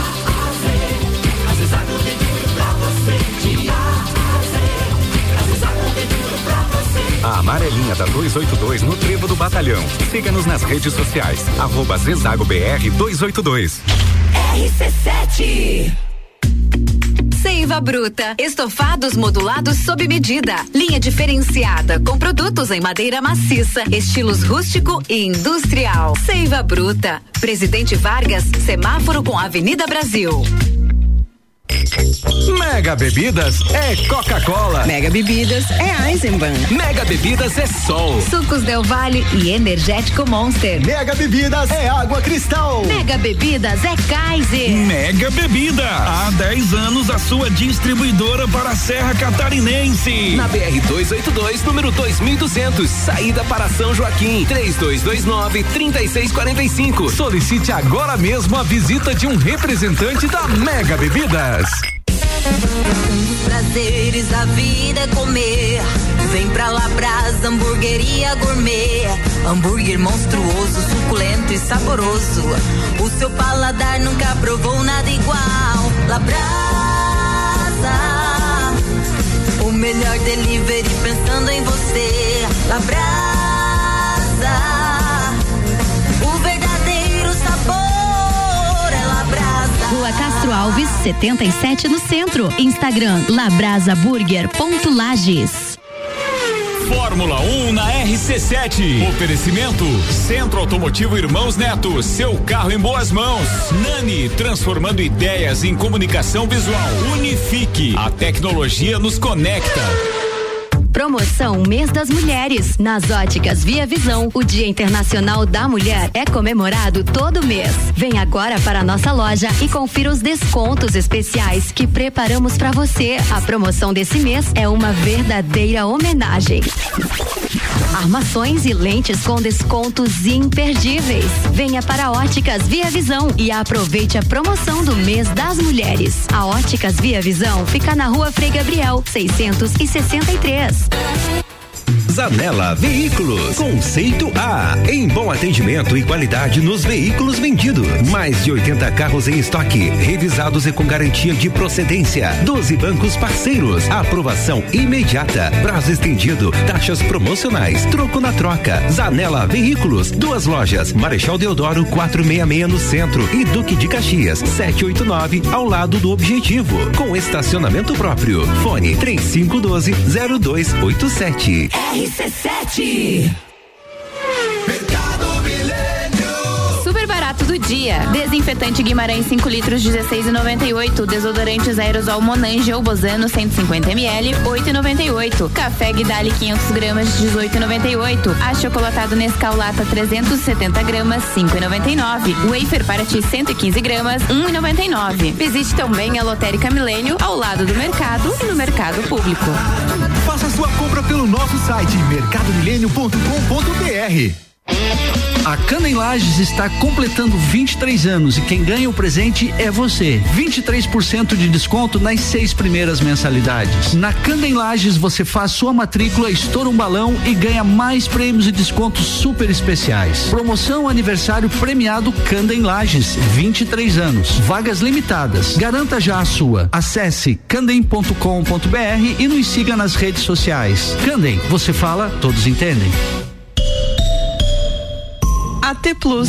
A amarelinha da duzentos e oitenta e dois no Trevo do Batalhão. Siga-nos nas redes sociais. Arroba Zezago B R duzentos e oitenta e dois. R C sete. Seiva Bruta, estofados modulados sob medida, linha diferenciada com produtos em madeira maciça, estilos rústico e industrial. Seiva Bruta, Presidente Vargas, semáforo com Avenida Brasil. Mega Bebidas é Coca-Cola. Mega Bebidas é Eisenbahn. Mega Bebidas é Sol. Sucos Del Valle e Energético Monster. Mega Bebidas é Água Cristal. Mega Bebidas é Kaiser. Mega Bebida, há dez anos a sua distribuidora para a Serra Catarinense. Na B R duzentos e oitenta e dois, número dois mil e duzentos, saída para São Joaquim, três dois dois nove, três seis quatro cinco. Solicite agora mesmo a visita de um representante da Mega Bebidas. Um dos prazeres da vida é comer. Vem pra Labrasa, hamburgueria gourmet. Hambúrguer monstruoso, suculento e saboroso. O seu paladar nunca provou nada igual. Labrasa, o melhor delivery pensando em você. Labrasa, o verdadeiro Castro Alves, setenta e sete no centro. Instagram labrasaburger.lages. Fórmula um na R C sete. Oferecimento Centro Automotivo Irmãos Neto, seu carro em boas mãos. Nani, transformando ideias em comunicação visual. Unifique, a tecnologia nos conecta. Promoção Mês das Mulheres. Nas óticas Via Visão, o Dia Internacional da Mulher é comemorado todo mês. Vem agora para a nossa loja e confira os descontos especiais que preparamos para você. A promoção desse mês é uma verdadeira homenagem. Armações e lentes com descontos imperdíveis. Venha para a Óticas Via Visão e aproveite a promoção do Mês das Mulheres. A Óticas Via Visão fica na Rua Frei Gabriel, seiscentos e sessenta e três. Zanela Veículos, conceito A, em bom atendimento e qualidade nos veículos vendidos. Mais de oitenta carros em estoque, revisados e com garantia de procedência. doze bancos parceiros, aprovação imediata, prazo estendido, taxas promocionais, troco na troca. Zanela Veículos, duas lojas, Marechal Deodoro quatrocentos e sessenta e seis no centro e Duque de Caxias setecentos e oitenta e nove ao lado do Objetivo, com estacionamento próprio. Fone três cinco um dois zero dois oito sete. R C sete. Super barato do dia. Desinfetante Guimarães cinco litros, dezesseis e noventa e oito. Desodorantes Aerosol Monange ou Bozano cento e cinquenta mililitros, oito e noventa e oito. Café Guidali quinhentos gramas, dezoito e noventa e oito. Achocolatado Nescau Lata trezentos e setenta gramas, cinco e noventa e nove. Wafer Paraty cento e quinze gramas, um e noventa e nove. Visite também a Lotérica Milênio ao lado do mercado e no mercado público. Faça sua compra pelo nosso site mercado milênio ponto com ponto b r. A Canda em Lages está completando vinte e três anos e quem ganha o presente é você. vinte e três por cento de desconto nas seis primeiras mensalidades. Na Canda em Lages você faz sua matrícula, estoura um balão e ganha mais prêmios e descontos super especiais. Promoção aniversário premiado Canda em Lages, vinte e três anos. Vagas limitadas. Garanta já a sua. Acesse candem ponto com ponto b r e nos siga nas redes sociais. Candem, você fala, todos entendem. A T Plus.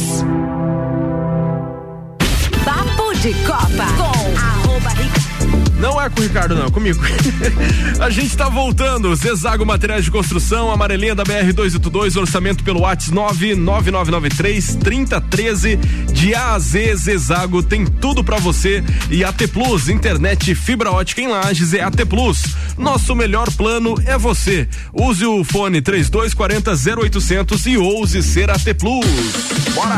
Papo de Copa com arroba Não é com o Ricardo, não, é comigo. A gente tá voltando. Zezago Materiais de Construção, amarelinha da B R duzentos e oitenta e dois, orçamento pelo WhatsApp nove nove nove nove três, trinta, treze. De A a Z, Zezago tem tudo pra você. E A T Plus, internet fibra ótica em Lages, é A T Plus. Nosso melhor plano é você. Use o fone trinta e dois quarenta, zero oitocentos e ouse ser A T Plus. Bora!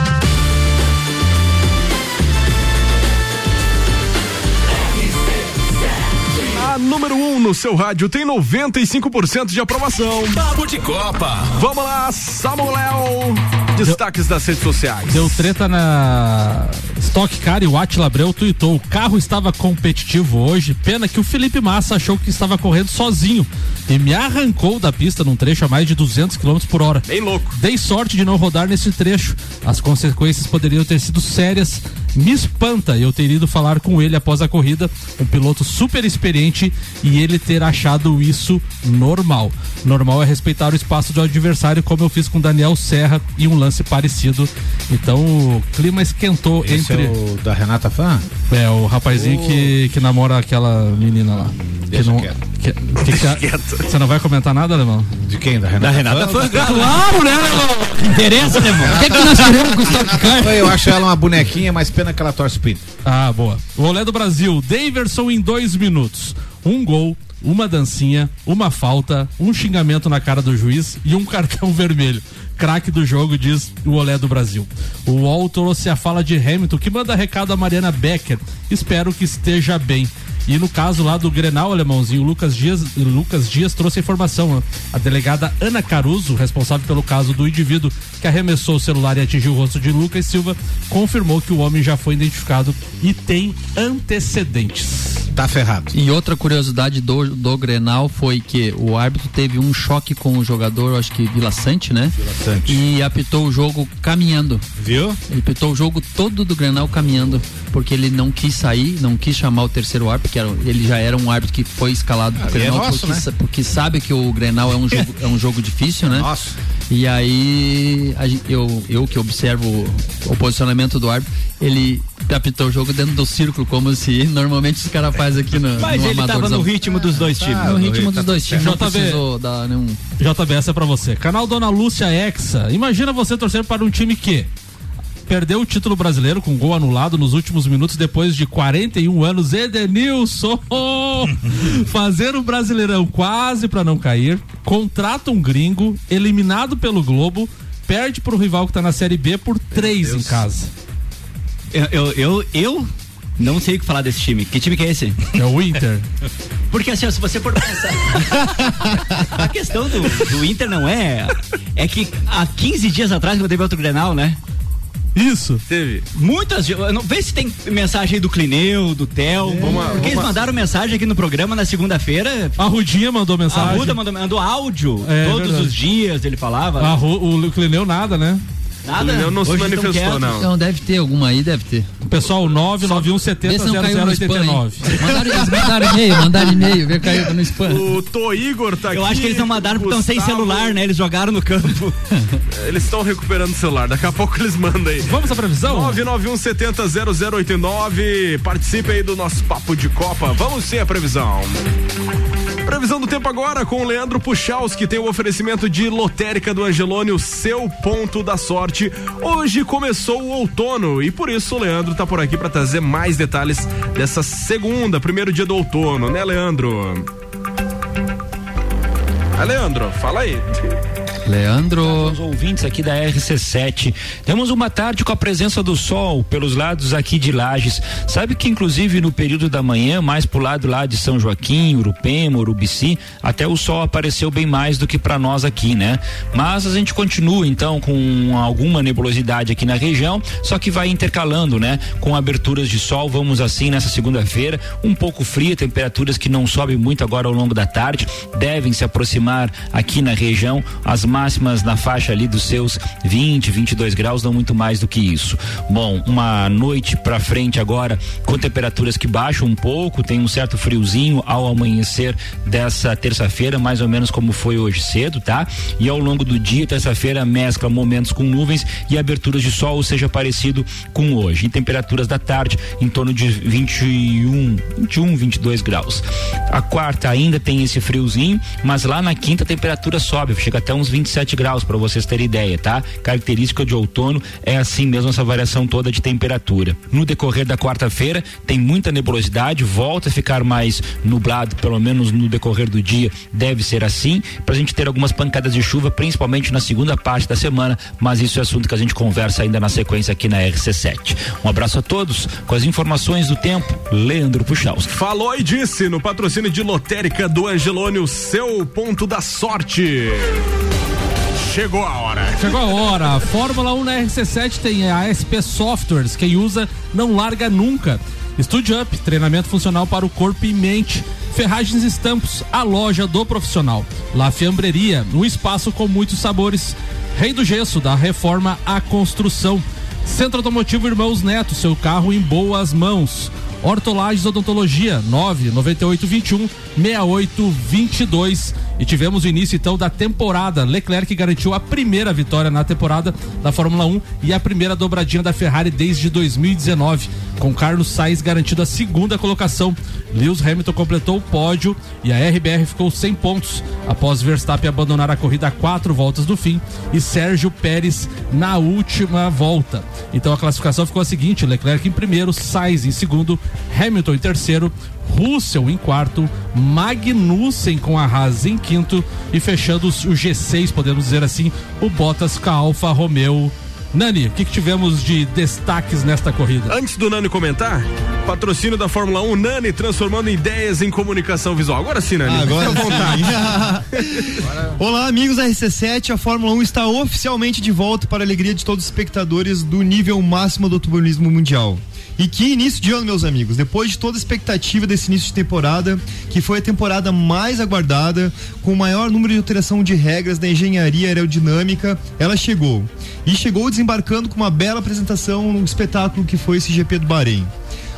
A número um no seu rádio tem noventa e cinco por cento de aprovação. Papo de Copa. Vamos lá, Samuel. Destaques das redes sociais. Deu treta na Stock Car e o Átila Abreu tuitou: o carro estava competitivo hoje, pena que o Felipe Massa achou que estava correndo sozinho e me arrancou da pista num trecho a mais de duzentos quilômetros por hora. Bem louco. Dei sorte de não rodar nesse trecho. As consequências poderiam ter sido sérias. Me espanta eu ter ido falar com ele após a corrida, um piloto super experiente, e ele ter achado isso normal. Normal é respeitar o espaço do adversário, como eu fiz com Daniel Serra e um lance parecido. Então o clima esquentou. Esse entre é o da Renata Fã? É, o rapazinho oh. que, que namora aquela menina lá. Deixa que não, quieto. Que, que que, você não vai comentar nada, Alemão? De quem? Da Renata, da Renata Fã? Fã? Claro, né, Alemão? Interessa, Alemão? O que é que nós queremos com o Stock Car? Eu acho ela uma bonequinha, mas pena que ela torce o pinto. Ah, boa. O Olé do Brasil, Daverson em dois minutos. Um gol, uma dancinha, uma falta, um xingamento na cara do juiz e um cartão vermelho. Craque do jogo, diz o Olé do Brasil. O U O L trouxe a fala de Hamilton, que manda recado a Mariana Becker. Espero que esteja bem. E no caso lá do Grenal, alemãozinho, o Lucas Dias, Lucas Dias trouxe a informação. Né? A delegada Ana Caruso, responsável pelo caso do indivíduo que arremessou o celular e atingiu o rosto de Lucas Silva, confirmou que o homem já foi identificado e tem antecedentes. Tá ferrado. E outra curiosidade do, do Grenal foi que o árbitro teve um choque com o jogador, acho que Vila Sante, né? Vila Sante. E apitou o jogo caminhando. Viu? Ele apitou o jogo todo do Grenal caminhando, porque ele não quis sair, não quis chamar o terceiro árbitro, que era, ele já era um árbitro que foi escalado pro ah, Grenal, é nosso, porque, né? porque sabe que o Grenal é um jogo, é um jogo difícil, né? Nossa. E aí, a gente, eu, eu que observo o, o posicionamento do árbitro, ele apitou o jogo dentro do círculo, como se normalmente os caras fazem aqui no Mas no ele tava no ritmo dos dois times. Ah, no ritmo dos dois times, não precisou dar nenhum... J B, essa é pra você. Canal Dona Lúcia Hexa. Imagina você torcer para um time que perdeu o título brasileiro com gol anulado nos últimos minutos depois de quarenta e um anos. Edenilson fazer o Brasileirão quase pra não cair, contrata um gringo, eliminado pelo Globo, perde pro rival que tá na Série B por três em casa. Eu, eu, eu, eu não sei o que falar desse time. Que time que é esse? É o Inter. Porque assim, se você for pensar, a questão do, do Inter não é, é que há quinze dias atrás não teve outro Grenal, né? Isso. Teve. Muitas. Não, vê se tem mensagem aí do Clineu, do Theo. É, porque vamos eles mandaram mensagem aqui no programa na segunda-feira. A Rudinha mandou mensagem. A Ruda mandou, mandou áudio. É, todos verdade. os dias ele falava. A Ru, o Clineu nada, né? Nada. Eu não se manifestou, não. Então deve ter alguma aí, deve ter. Pessoal, nove nove um sete zero zero oito nove. Mandaram, eles mandaram e-mail, mandaram e-mail, veio cair no spam. O Tô Igor tá Eu aqui. acho que eles não mandaram porque estão sem celular, né? Eles jogaram no campo. Eles estão recuperando o celular, daqui a pouco eles mandam aí. Vamos à previsão? nove nove um sete zero zero oito nove. Participe aí do nosso Papo de Copa. Vamos sim a previsão. Previsão do tempo agora com o Leandro Puchalski, que tem o oferecimento de lotérica do Angelone, o seu ponto da sorte. Hoje começou o outono e por isso o Leandro tá por aqui para trazer mais detalhes dessa segunda, primeiro dia do outono, né, Leandro? Ah, Leandro, fala aí. Leandro. Os ouvintes aqui da R C sete. Temos uma tarde com a presença do sol pelos lados aqui de Lages. Sabe que inclusive no período da manhã, mais pro lado lá de São Joaquim, Urupema, Urubici, até o sol apareceu bem mais do que para nós aqui, né? Mas a gente continua então com alguma nebulosidade aqui na região, só que vai intercalando, né? Com aberturas de sol, vamos assim nessa segunda-feira, um pouco fria, temperaturas que não sobem muito agora ao longo da tarde, devem se aproximar aqui na região, as máximas na faixa ali dos seus vinte, vinte e dois graus, não muito mais do que isso. Bom, uma noite pra frente agora com temperaturas que baixam um pouco, tem um certo friozinho ao amanhecer dessa terça-feira, mais ou menos como foi hoje cedo, tá? E ao longo do dia, terça-feira, mescla momentos com nuvens e aberturas de sol, ou seja, parecido com hoje. E temperaturas da tarde em torno de vinte e um, vinte e um, vinte e dois graus. A quarta ainda tem esse friozinho, mas lá na quinta a temperatura sobe, chega até uns vinte e sete graus, para vocês terem ideia, tá? Característica de outono é assim mesmo, essa variação toda de temperatura. No decorrer da quarta-feira tem muita nebulosidade, volta a ficar mais nublado, pelo menos no decorrer do dia deve ser assim, pra gente ter algumas pancadas de chuva, principalmente na segunda parte da semana, mas isso é assunto que a gente conversa ainda na sequência aqui na R C sete. Um abraço a todos, com as informações do tempo, Leandro Puchalski. Falou e disse no patrocínio de lotérica do Angelone, o seu ponto da sorte. Chegou a hora. Chegou a hora. Fórmula um na R C sete tem a A S P Softwares. Quem usa não larga nunca. Studio Up, treinamento funcional para o corpo e mente. Ferragens Estampos, a loja do profissional. La Fiambreria, um espaço com muitos sabores. Rei do Gesso, da reforma à construção. Centro Automotivo Irmãos Neto, seu carro em boas mãos. Hortolagens Odontologia, nove nove oito dois um seis oito dois dois. E tivemos o início então da temporada. Leclerc garantiu a primeira vitória na temporada da Fórmula um e a primeira dobradinha da Ferrari desde dois mil e dezenove, com Carlos Sainz garantido a segunda colocação. Lewis Hamilton completou o pódio e a R B R ficou sem pontos após Verstappen abandonar a corrida a quatro voltas do fim e Sérgio Pérez na última volta. Então a classificação ficou a seguinte: Leclerc em primeiro, Sainz em segundo, Hamilton em terceiro, Russell em quarto, Magnussen com a Haas em quinto e fechando o G seis, podemos dizer assim, o Bottas com a Alfa Romeo. Nani, o que, que tivemos de destaques nesta corrida? Antes do Nani comentar, patrocínio da Fórmula um, Nani transformando ideias em comunicação visual. Agora sim, Nani. Ah, agora fica à vontade. Olá, amigos da R C sete, a Fórmula um está oficialmente de volta para a alegria de todos os espectadores do nível máximo do automobilismo mundial. E que início de ano, meus amigos, depois de toda a expectativa desse início de temporada, que foi a temporada mais aguardada, com o maior número de alteração de regras da engenharia aerodinâmica, ela chegou. E chegou desembarcando com uma bela apresentação no espetáculo que foi esse G P do Bahrein.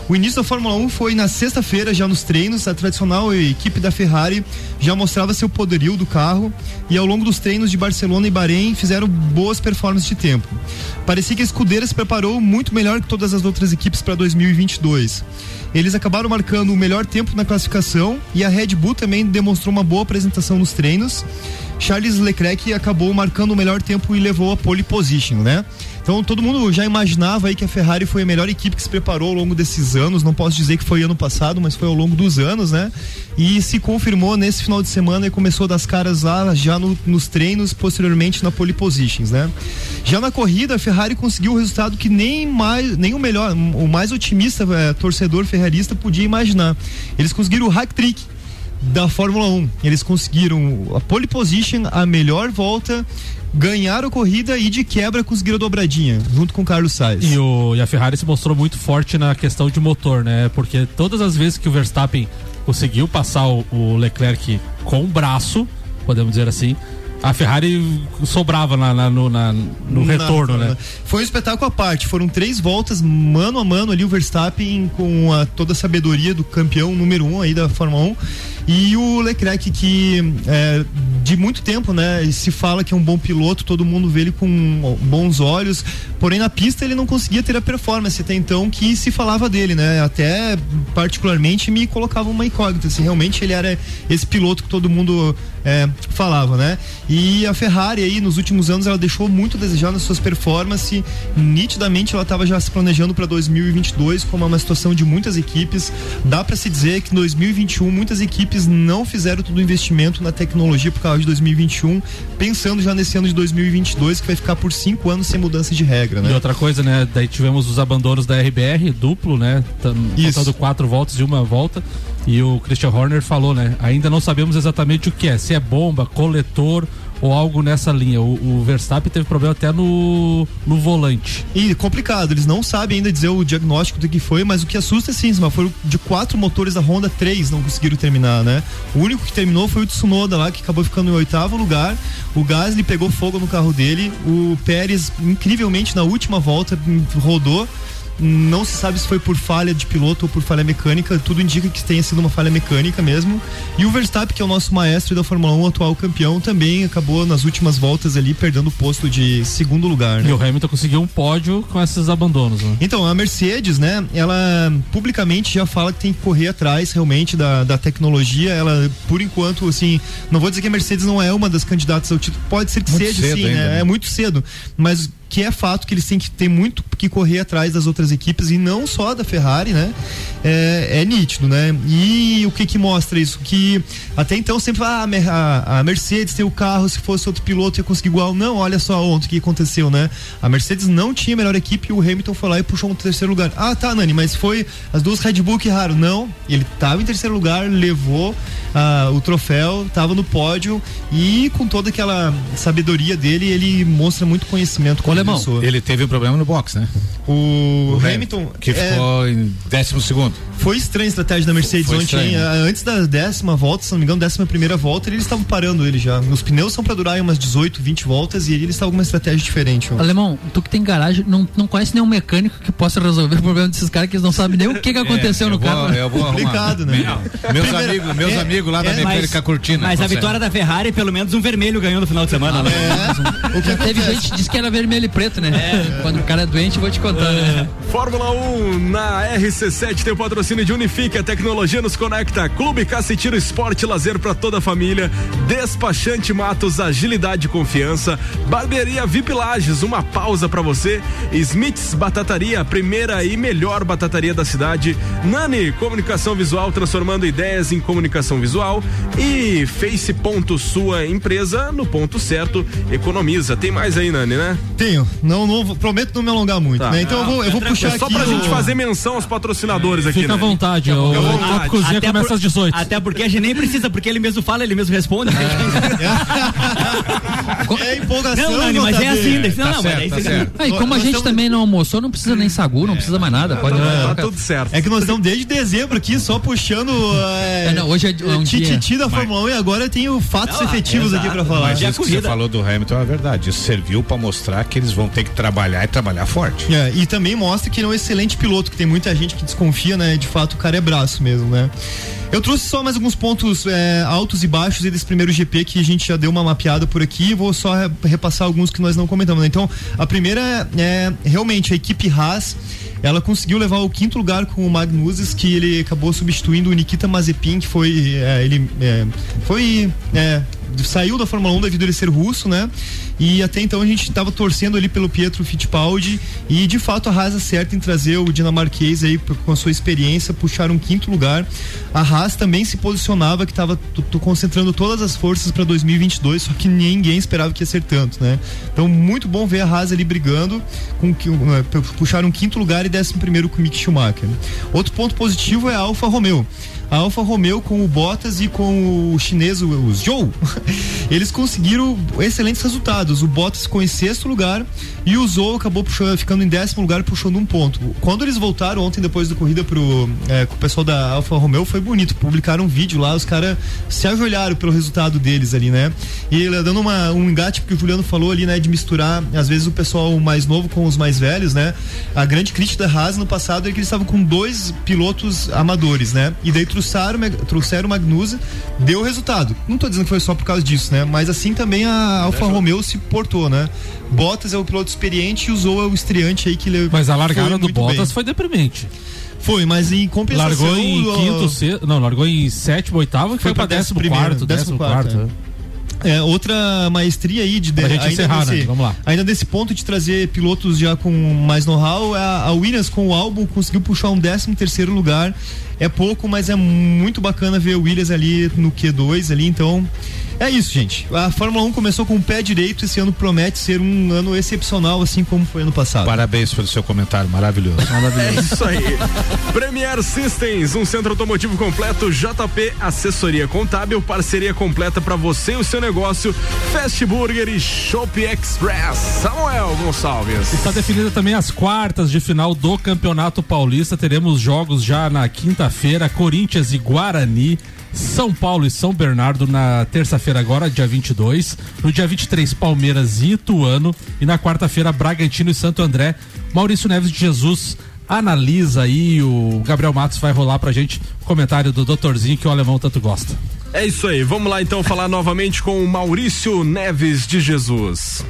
O início da Fórmula um foi na sexta-feira, já nos treinos. A tradicional equipe da Ferrari já mostrava seu poderio do carro e ao longo dos treinos de Barcelona e Bahrein fizeram boas performances de tempo. Parecia que a escudeira se preparou muito melhor que todas as outras equipes para dois mil e vinte e dois. Eles acabaram marcando o melhor tempo na classificação e a Red Bull também demonstrou uma boa apresentação nos treinos. Charles Leclerc acabou marcando o melhor tempo e levou a pole position, né? Então todo mundo já imaginava aí que a Ferrari foi a melhor equipe que se preparou ao longo desses anos. Não posso dizer que foi ano passado, mas foi ao longo dos anos, né? E se confirmou nesse final de semana e começou das caras lá já no, nos treinos, posteriormente na pole positions, né? Já na corrida, a Ferrari conseguiu o resultado que nem mais, nem o melhor, o mais otimista é, torcedor ferrarista podia imaginar. Eles conseguiram o hat-trick da Fórmula um. Eles conseguiram a pole position, a melhor volta, ganharam a corrida e de quebra conseguiram a dobradinha, junto com o Carlos Sainz. E, o, e a Ferrari se mostrou muito forte na questão de motor, né? Porque todas as vezes que o Verstappen conseguiu passar o, o Leclerc com o braço, podemos dizer assim, a Ferrari sobrava na, na, no, na, no retorno, na, né? Foi um espetáculo à parte, foram três voltas mano a mano ali, o Verstappen com a, toda a sabedoria do campeão número um aí da Fórmula um, e o Leclerc que é, de muito tempo, né, se fala que é um bom piloto, todo mundo vê ele com bons olhos, porém na pista ele não conseguia ter a performance até então que se falava dele, né? Até particularmente me colocava uma incógnita se realmente ele era esse piloto que todo mundo é, falava, né? E a Ferrari aí nos últimos anos ela deixou muito a desejar nas suas performances. Nitidamente ela estava já se planejando para dois mil e vinte e dois, como é uma situação de muitas equipes. Dá para se dizer que em dois mil e vinte e um muitas equipes não fizeram todo o investimento na tecnologia por causa de dois mil e vinte e um, pensando já nesse ano de dois mil e vinte e dois que vai ficar por cinco anos sem mudança de regra, né? E outra coisa, né? Daí tivemos os abandonos da R B R duplo, né? Faltando quatro voltas e uma volta. E o Christian Horner falou, né? Ainda não sabemos exatamente o que é, se é bomba, coletor ou algo nessa linha. O, o Verstappen teve problema até no, no volante. E complicado, eles não sabem ainda dizer o diagnóstico do que foi, mas o que assusta é sim, mas foram de quatro motores da Honda, três não conseguiram terminar, né? O único que terminou foi o Tsunoda lá, que acabou ficando em oitavo lugar. O Gasly pegou fogo no carro dele, o Pérez, incrivelmente, na última volta, rodou. Não se sabe se foi por falha de piloto ou por falha mecânica, tudo indica que tenha sido uma falha mecânica mesmo. E o Verstappen, que é o nosso maestro da Fórmula um, atual campeão, também acabou nas últimas voltas ali perdendo o posto de segundo lugar, né? E o Hamilton conseguiu um pódio com esses abandonos, né? Então, a Mercedes, né, ela publicamente já fala que tem que correr atrás realmente da, da tecnologia. Ela, por enquanto, assim, não vou dizer que a Mercedes não é uma das candidatas ao título, pode ser que muito seja, sim, né? né? É muito cedo, mas que é fato que eles têm que ter muito que correr atrás das outras equipes e não só da Ferrari, né? É, é nítido, né? E o que que mostra isso? Que até então sempre fala, ah, a, a Mercedes tem o carro, se fosse outro piloto ia conseguir igual. Não, olha só ontem o que aconteceu, né? A Mercedes não tinha a melhor equipe e o Hamilton foi lá e puxou um terceiro lugar. Ah, tá, Nani, mas foi as duas Red Bull que erraram. Não, ele estava em terceiro lugar, levou ah, o troféu, estava no pódio e com toda aquela sabedoria dele, ele mostra muito conhecimento. Alemão, ele teve um problema no box, né? O, o Hamilton, Hamilton que ficou é, em décimo segundo. Foi estranha a estratégia da Mercedes foi, foi ontem. Estranho, né? Antes da décima volta, se não me engano, décima primeira volta, eles estavam parando ele já. Os pneus são pra durar umas dezoito, vinte voltas e eles estavam com uma estratégia diferente. Ó. Alemão, tu que tem garagem, não, não conhece nenhum mecânico que possa resolver o problema desses caras que eles não sabem nem o que, que aconteceu é, no vou, carro. Eu vou complicado, né? Meus Primeiro, amigos, meus é, amigos lá é, da Mecânica mas, Cortina. Mas a vitória da Ferrari, pelo menos um vermelho ganhou no final de semana. Ah, né? É. O que teve gente que disse que era vermelho e preto, né? É. Quando o cara é doente, eu vou te contar. É. Né? Fórmula um na R C sete tem o patrocínio de Unifique, a tecnologia nos conecta. Clube Caça e Tiro, esporte e lazer para toda a família. Despachante Matos, agilidade e confiança. Barbearia V I P Lages, uma pausa para você. Smith's Batataria, a primeira e melhor batataria da cidade. Nani, comunicação visual, transformando ideias em comunicação visual. E Face Ponto, sua empresa no ponto certo, economiza. Tem mais aí, Nani, né? Tenho, não, não prometo não me alongar muito, tá. Né? Então eu vou, eu vou puxar é só aqui pra o... gente fazer menção aos patrocinadores aqui. Fica né? à vontade, o, o, o Copo Cozinha até começa por, às dezoito. Até porque a gente nem precisa, porque ele mesmo fala, ele mesmo responde. É, é empolgação. Não, Nani, mas é assim. Não, tá não, certo, mas tá é certo. Ah, e como a gente estamos... também não almoçou, não precisa nem sagu, não precisa mais nada. Pode tá, tá tudo certo. É que nós estamos desde dezembro aqui só puxando é, é, não, hoje é um tititi da Fórmula um e agora tem o fatos não, efetivos é, aqui pra falar. Mas isso que você falou do Hamilton é verdade. Isso serviu pra mostrar que eles vão ter que trabalhar e trabalhar forte. É, e também mostra que ele é um excelente piloto, que tem muita gente que desconfia, né? De fato, o cara é braço mesmo, né? Eu trouxe só mais alguns pontos é, altos e baixos desse primeiro G P que a gente já deu uma mapeada por aqui. Vou só repassar alguns que nós não comentamos, né? Então, a primeira é realmente a equipe Haas. Ela conseguiu levar o quinto lugar com o Magnussen, que ele acabou substituindo o Nikita Mazepin, que foi é, ele é, foi é, saiu da Fórmula um devido a ele ser russo, né? E até então a gente estava torcendo ali pelo Pietro Fittipaldi, e de fato a Haas acerta em trazer o dinamarquês aí com a sua experiência, puxar um quinto lugar. A Haas também se posicionava que estava concentrando todas as forças para dois mil e vinte e dois, só que ninguém esperava que ia ser tanto, né? Então muito bom ver a Haas ali brigando com que puxar um quinto lugar e décimo primeiro com o Mick Schumacher. Outro ponto positivo é a Alfa Romeo. A Alfa Romeo com o Bottas e com o chinês, o Zhou, eles conseguiram excelentes resultados. O Bottas ficou em sexto lugar e o Zhou acabou puxando, ficando em décimo lugar, puxando um ponto. Quando eles voltaram ontem, depois da corrida pro, é, com o pessoal da Alfa Romeo, foi bonito. Publicaram um vídeo lá, os caras se ajoelharam pelo resultado deles ali, né? E dando uma, um engate, porque o Juliano falou ali, né, de misturar, às vezes, o pessoal mais novo com os mais velhos, né? A grande crítica da Haas no passado é que eles estavam com dois pilotos amadores, né? E daí trouxeram, trouxeram o Magnussen, deu resultado. Não tô dizendo que foi só por causa disso, né? Mas assim também a Alfa Romeo se portou, né? Bottas é o piloto experiente e o Zhou é o estreante aí que ele. Mas a largada do Bottas bem. Foi deprimente. Foi, mas em compensação. Largou em uh, quinto, sexto, não, largou em sétimo, oitavo, que foi, foi pra décimo, décimo quarto, décimo quarto. quarto é. É, outra maestria aí de, de gente ainda encerrar, desse, né? Vamos lá. Ainda desse ponto de trazer pilotos já com mais know-how, a, a Williams com o Albon conseguiu puxar um décimo terceiro lugar. É pouco, mas é muito bacana ver o Williams ali no Q dois ali, então é isso, gente. A Fórmula um começou com o pé direito, esse ano promete ser um ano excepcional, assim como foi ano passado. Parabéns pelo seu comentário, maravilhoso. maravilhoso. É isso aí. Premier Systems, um centro automotivo completo, J P Assessoria Contábil, parceria completa para você e o seu negócio, Fast Burger e Shop Express. Samuel Gonçalves. Está definida também as quartas de final do Campeonato Paulista, teremos jogos já na quinta-feira, Corinthians e Guarani, São Paulo e São Bernardo na terça-feira agora, dia vinte e dois. No dia vinte e três, Palmeiras e Ituano. E na quarta-feira, Bragantino e Santo André. Maurício Neves de Jesus analisa aí, o Gabriel Matos vai rolar pra gente o comentário do doutorzinho que o alemão tanto gosta. É isso aí, vamos lá então falar novamente com o Maurício Neves de Jesus.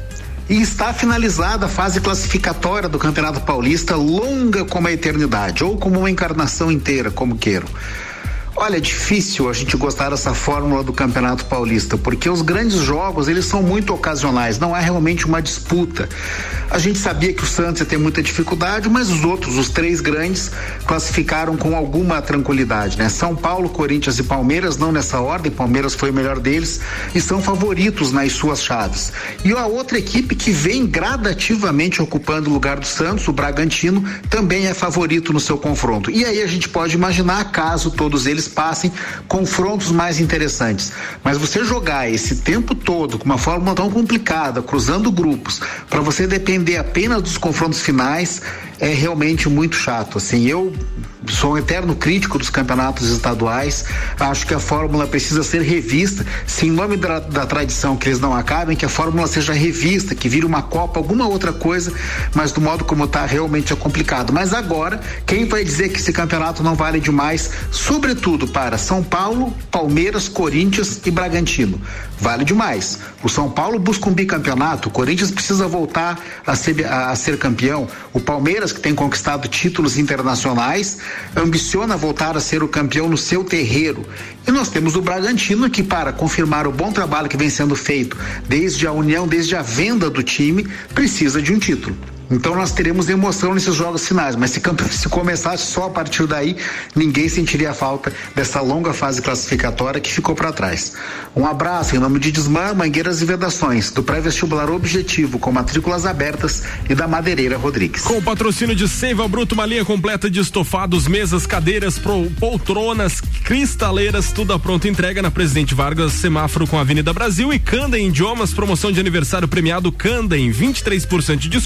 E está finalizada a fase classificatória do Campeonato Paulista, longa como a eternidade, ou como uma encarnação inteira, como queiram. Olha, é difícil a gente gostar dessa fórmula do Campeonato Paulista, porque os grandes jogos, eles são muito ocasionais, não é realmente uma disputa. A gente sabia que o Santos ia ter muita dificuldade, mas os outros, os três grandes, classificaram com alguma tranquilidade, né? São Paulo, Corinthians e Palmeiras, não nessa ordem, Palmeiras foi o melhor deles, e são favoritos nas suas chaves. E a outra equipe que vem gradativamente ocupando o lugar do Santos, o Bragantino, também é favorito no seu confronto. E aí a gente pode imaginar, caso todos eles passem, confrontos mais interessantes. Mas você jogar esse tempo todo com uma fórmula tão complicada, cruzando grupos, para você depender apenas dos confrontos finais, é realmente muito chato. Assim, eu sou um eterno crítico dos campeonatos estaduais, acho que a fórmula precisa ser revista, se em nome da, da tradição que eles não acabem, que a fórmula seja revista, que vire uma Copa, alguma outra coisa, mas do modo como está realmente é complicado. Mas agora, quem vai dizer que esse campeonato não vale demais, sobretudo para São Paulo, Palmeiras, Corinthians e Bragantino? Vale demais. O São Paulo busca um bicampeonato, o Corinthians precisa voltar a ser, a, a ser campeão, o Palmeiras, que tem conquistado títulos internacionais, ambiciona voltar a ser o campeão no seu terreiro. E nós temos o Bragantino, que, para confirmar o bom trabalho que vem sendo feito desde a união, desde a venda do time, precisa de um título. Então nós teremos emoção nesses jogos finais, mas se, se começasse só a partir daí, ninguém sentiria a falta dessa longa fase classificatória que ficou para trás. Um abraço em nome de Desmã, Mangueiras e Vedações, do pré-vestibular Objetivo, com matrículas abertas, e da Madeireira Rodrigues. Com o patrocínio de Seiva Bruto, uma linha completa de estofados, mesas, cadeiras, pro, poltronas, cristaleiras, tudo a pronta entrega na Presidente Vargas, semáforo com a Avenida Brasil, e Candem Idiomas, promoção de aniversário premiado Candem, vinte e três por cento de desconto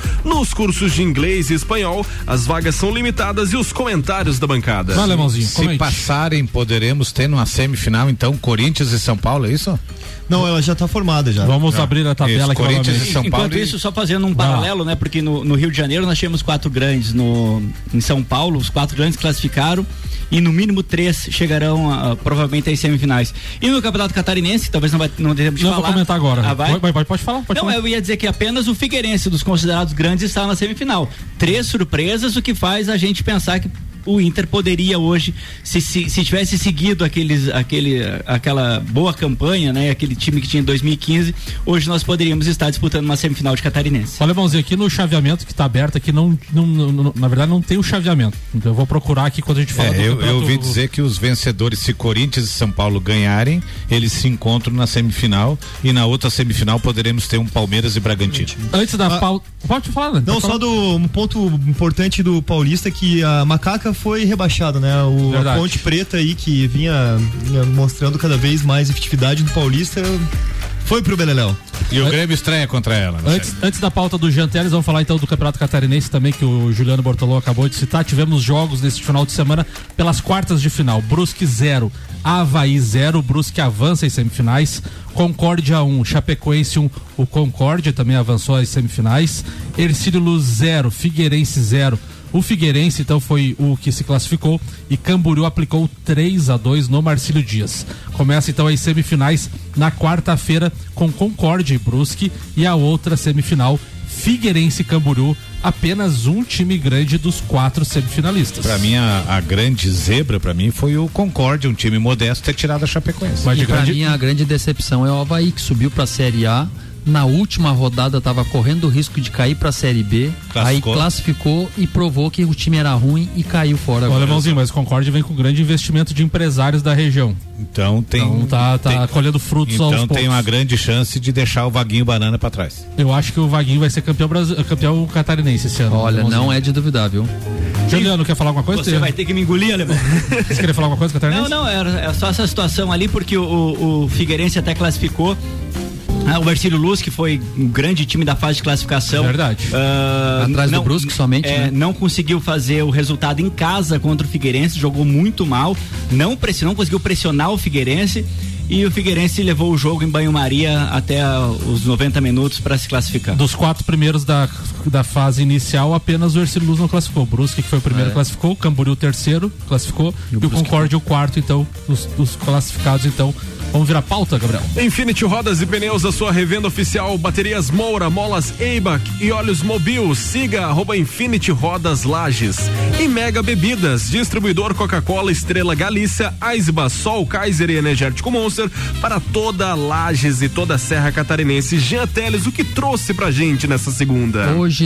Nos cursos de inglês e espanhol, as vagas são limitadas e os comentários da bancada. Vai, Alemãozinho, Se comente. passarem, poderemos ter numa semifinal, então, Corinthians e São Paulo, é isso? Não, ela já tá formada já. Vamos já. abrir a tabela Isso, aqui Corinthians novamente. e São Paulo. Enquanto isso, só fazendo um paralelo, né? Porque no, no Rio de Janeiro nós tínhamos quatro grandes, no, em São Paulo os quatro grandes classificaram e no mínimo três chegarão a, provavelmente às semifinais. E no Campeonato Catarinense, que talvez não vai não devemos Não falar. vou comentar agora. Ah, vai? Pode, pode, pode falar, pode não, falar. eu ia dizer que apenas o Figueirense dos considerados grandes está na semifinal. Três surpresas, o que faz a gente pensar que o Inter poderia hoje, se, se, se tivesse seguido aqueles, aquele, aquela boa campanha, né? Aquele time que tinha em dois mil e quinze, hoje nós poderíamos estar disputando uma semifinal de Catarinense. Olha, irmãozinho, aqui no chaveamento que está aberto aqui, não, não, não, na verdade não tem o chaveamento. Então eu vou procurar aqui quando a gente fala É, do eu, campeonato- eu ouvi dizer que os vencedores, se Corinthians e São Paulo ganharem, eles se encontram na semifinal e na outra semifinal poderemos ter um Palmeiras e Bragantino. Antes da pauta. Pode falar, né? Não, Pode só falar. do um ponto importante do Paulista, que a Macaca foi rebaixada, né? O, a Verdade. Ponte Preta aí, que vinha, vinha mostrando cada vez mais efetividade no Paulista, foi pro Beleléu. E o Grêmio estranha contra ela. né? Antes, antes da pauta do Janteles, vamos falar então do Campeonato Catarinense também, que o Juliano Bortolô acabou de citar. Tivemos jogos nesse final de semana pelas quartas de final. Brusque zero, Avaí zero, Brusque avança às semifinais. Concórdia um, Chapecoense um, o Concórdia também avançou às semifinais. Ercílio Luz zero, Figueirense zero. O Figueirense, então, foi o que se classificou e Camboriú aplicou três a dois no Marcílio Dias. Começa, então, as semifinais na quarta-feira com Concórdia e Brusque e a outra semifinal, Figueirense e Camboriú, apenas um time grande dos quatro semifinalistas. Pra mim, a, a grande zebra, pra mim, foi o Concórdia, um time modesto, ter tirado a Chapecoense. E pra mim a grande decepção é o Avaí, que subiu pra Série A. Na última rodada estava correndo o risco de cair para a Série B, Classificou. aí classificou e provou que o time era ruim e caiu fora. Olha, agora. irmãozinho, mas o Concórdia vem com grande investimento de empresários da região. Então tem. Então tá, tá tem- colhendo frutos Então aos tem poucos. uma grande chance de deixar o Vaguinho Banana pra trás. Eu acho que o Vaguinho vai ser campeão, brasi- campeão catarinense esse ano. Olha, irmãozinho. não é de duvidar, viu? Juliano, quer falar alguma coisa? Você vai ter que me engolir, Alemão. Você queria falar alguma coisa, Catarinense? Não, não, era, é só essa situação ali, porque o, o, o Figueirense até classificou. Ah, o Ercílio Luz, que foi um grande time da fase de classificação. Verdade. ah, Atrás do Brusque somente, é, né? Não conseguiu fazer o resultado em casa contra o Figueirense, jogou muito mal, não, pressionou, não conseguiu pressionar o Figueirense. E o Figueirense levou o jogo em banho-maria até ah, os noventa minutos para se classificar. Dos quatro primeiros da, da fase inicial, apenas o Ercílio Luz não classificou. O Brusque, que foi o primeiro, É. classificou. O Camboriú, o terceiro, classificou. E o, Brusque Concórdia, o quarto, então, dos, dos classificados, então. Vamos virar pauta, Gabriel? Infinity Rodas e Pneus, a sua revenda oficial, baterias Moura, molas Eibach e óleos Mobil. Siga arroba Infinity Rodas Lages. E Mega Bebidas, distribuidor Coca-Cola, Estrela Galícia, Eisenbahn, Sol, Kaiser e Energético Monster para toda Lages e toda a Serra Catarinense. Jean Teles, o que trouxe pra gente nessa segunda? Hoje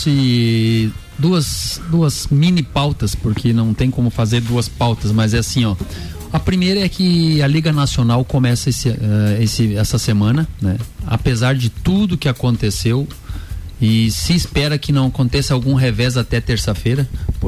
trouxe duas, duas mini pautas, porque não tem como fazer duas pautas, mas é assim, ó. A primeira é que a Liga Nacional começa esse, uh, esse, essa semana, né? Apesar de tudo que aconteceu, e se espera que não aconteça algum revés até terça-feira,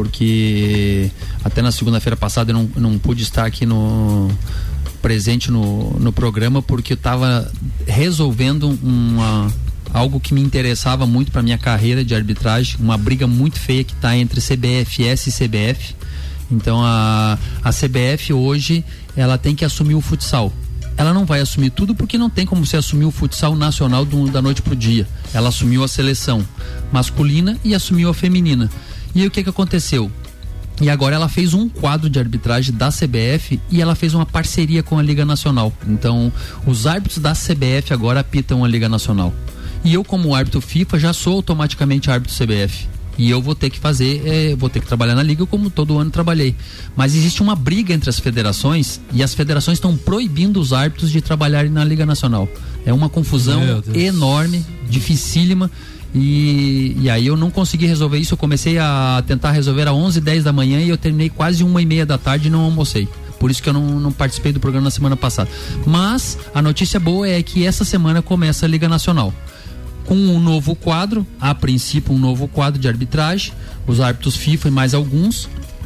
porque até na segunda-feira passada eu não, não pude estar aqui no presente no, no programa, porque eu estava resolvendo uma algo que me interessava muito para minha carreira de arbitragem, uma briga muito feia que está entre C B F S e C B F. Então a, a C B F hoje ela tem que assumir o futsal. Ela não vai assumir tudo porque não tem como você assumir o futsal nacional do, da noite pro dia. Ela assumiu a seleção masculina e assumiu a feminina. E aí, o que que aconteceu? E agora ela fez um quadro de arbitragem da C B F e ela fez uma parceria com a Liga Nacional. Então os árbitros da C B F agora apitam a Liga Nacional. E eu, como árbitro FIFA, já sou automaticamente árbitro C B F. E eu vou ter que fazer, é, vou ter que trabalhar na liga como todo ano trabalhei. Mas existe uma briga entre as federações e as federações estão proibindo os árbitros de trabalharem na Liga Nacional. É uma confusão enorme, dificílima. E, e aí eu não consegui resolver isso. Eu comecei a tentar resolver às onze e dez da manhã e eu terminei quase uma e meia da tarde e não almocei. Por isso que eu não, não participei do programa na semana passada. Mas a notícia boa é que essa semana começa a Liga Nacional. Com um novo quadro, a princípio um novo quadro de arbitragem, os árbitros FIFA e mais alguns,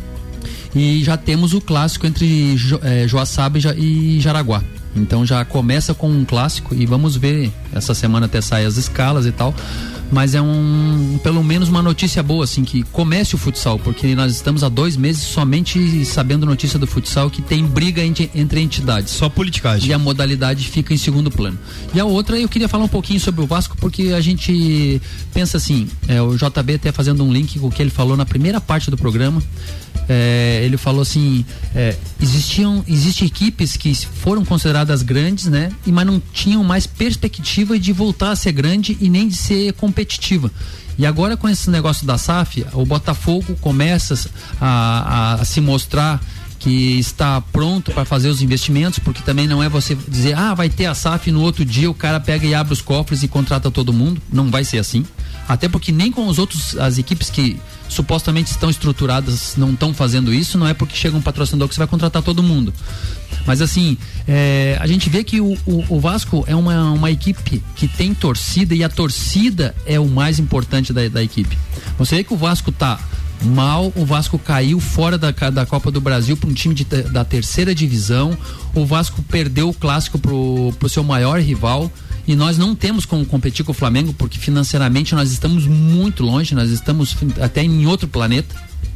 e já temos o clássico entre jo, é, Joaçaba e, ja, e Jaraguá. Então já começa com um clássico e vamos ver essa semana até sair as escalas e tal. mas é um, pelo menos uma notícia boa, assim, que comece o futsal, porque nós estamos há dois meses somente sabendo notícia do futsal que tem briga entre, entre entidades. Só politicagem. E a modalidade fica em segundo plano. E a outra, eu queria falar um pouquinho sobre o Vasco, porque a gente pensa assim, é, o J B até fazendo um link com o que ele falou na primeira parte do programa. É, ele falou assim, é, existiam existem equipes que foram consideradas grandes, né, e mas não tinham mais perspectiva de voltar a ser grande e nem de ser competitiva. E agora com esse negócio da S A F, o Botafogo começa a, a, a se mostrar que está pronto para fazer os investimentos, porque também não é você dizer, ah, vai ter a S A F e no outro dia o cara pega e abre os cofres e contrata todo mundo. Não vai ser assim. Até porque nem com os outros, as equipes que supostamente estão estruturadas não estão fazendo isso, não é porque chega um patrocinador que você vai contratar todo mundo. Mas assim, é, a gente vê que o, o, o Vasco é uma, uma equipe que tem torcida, e a torcida é o mais importante da, da equipe. Você vê que o Vasco tá mal, o Vasco caiu fora da, da Copa do Brasil para um time de, da terceira divisão, o Vasco perdeu o clássico pro, pro seu maior rival, e nós não temos como competir com o Flamengo, porque financeiramente nós estamos muito longe, nós estamos até em outro planeta.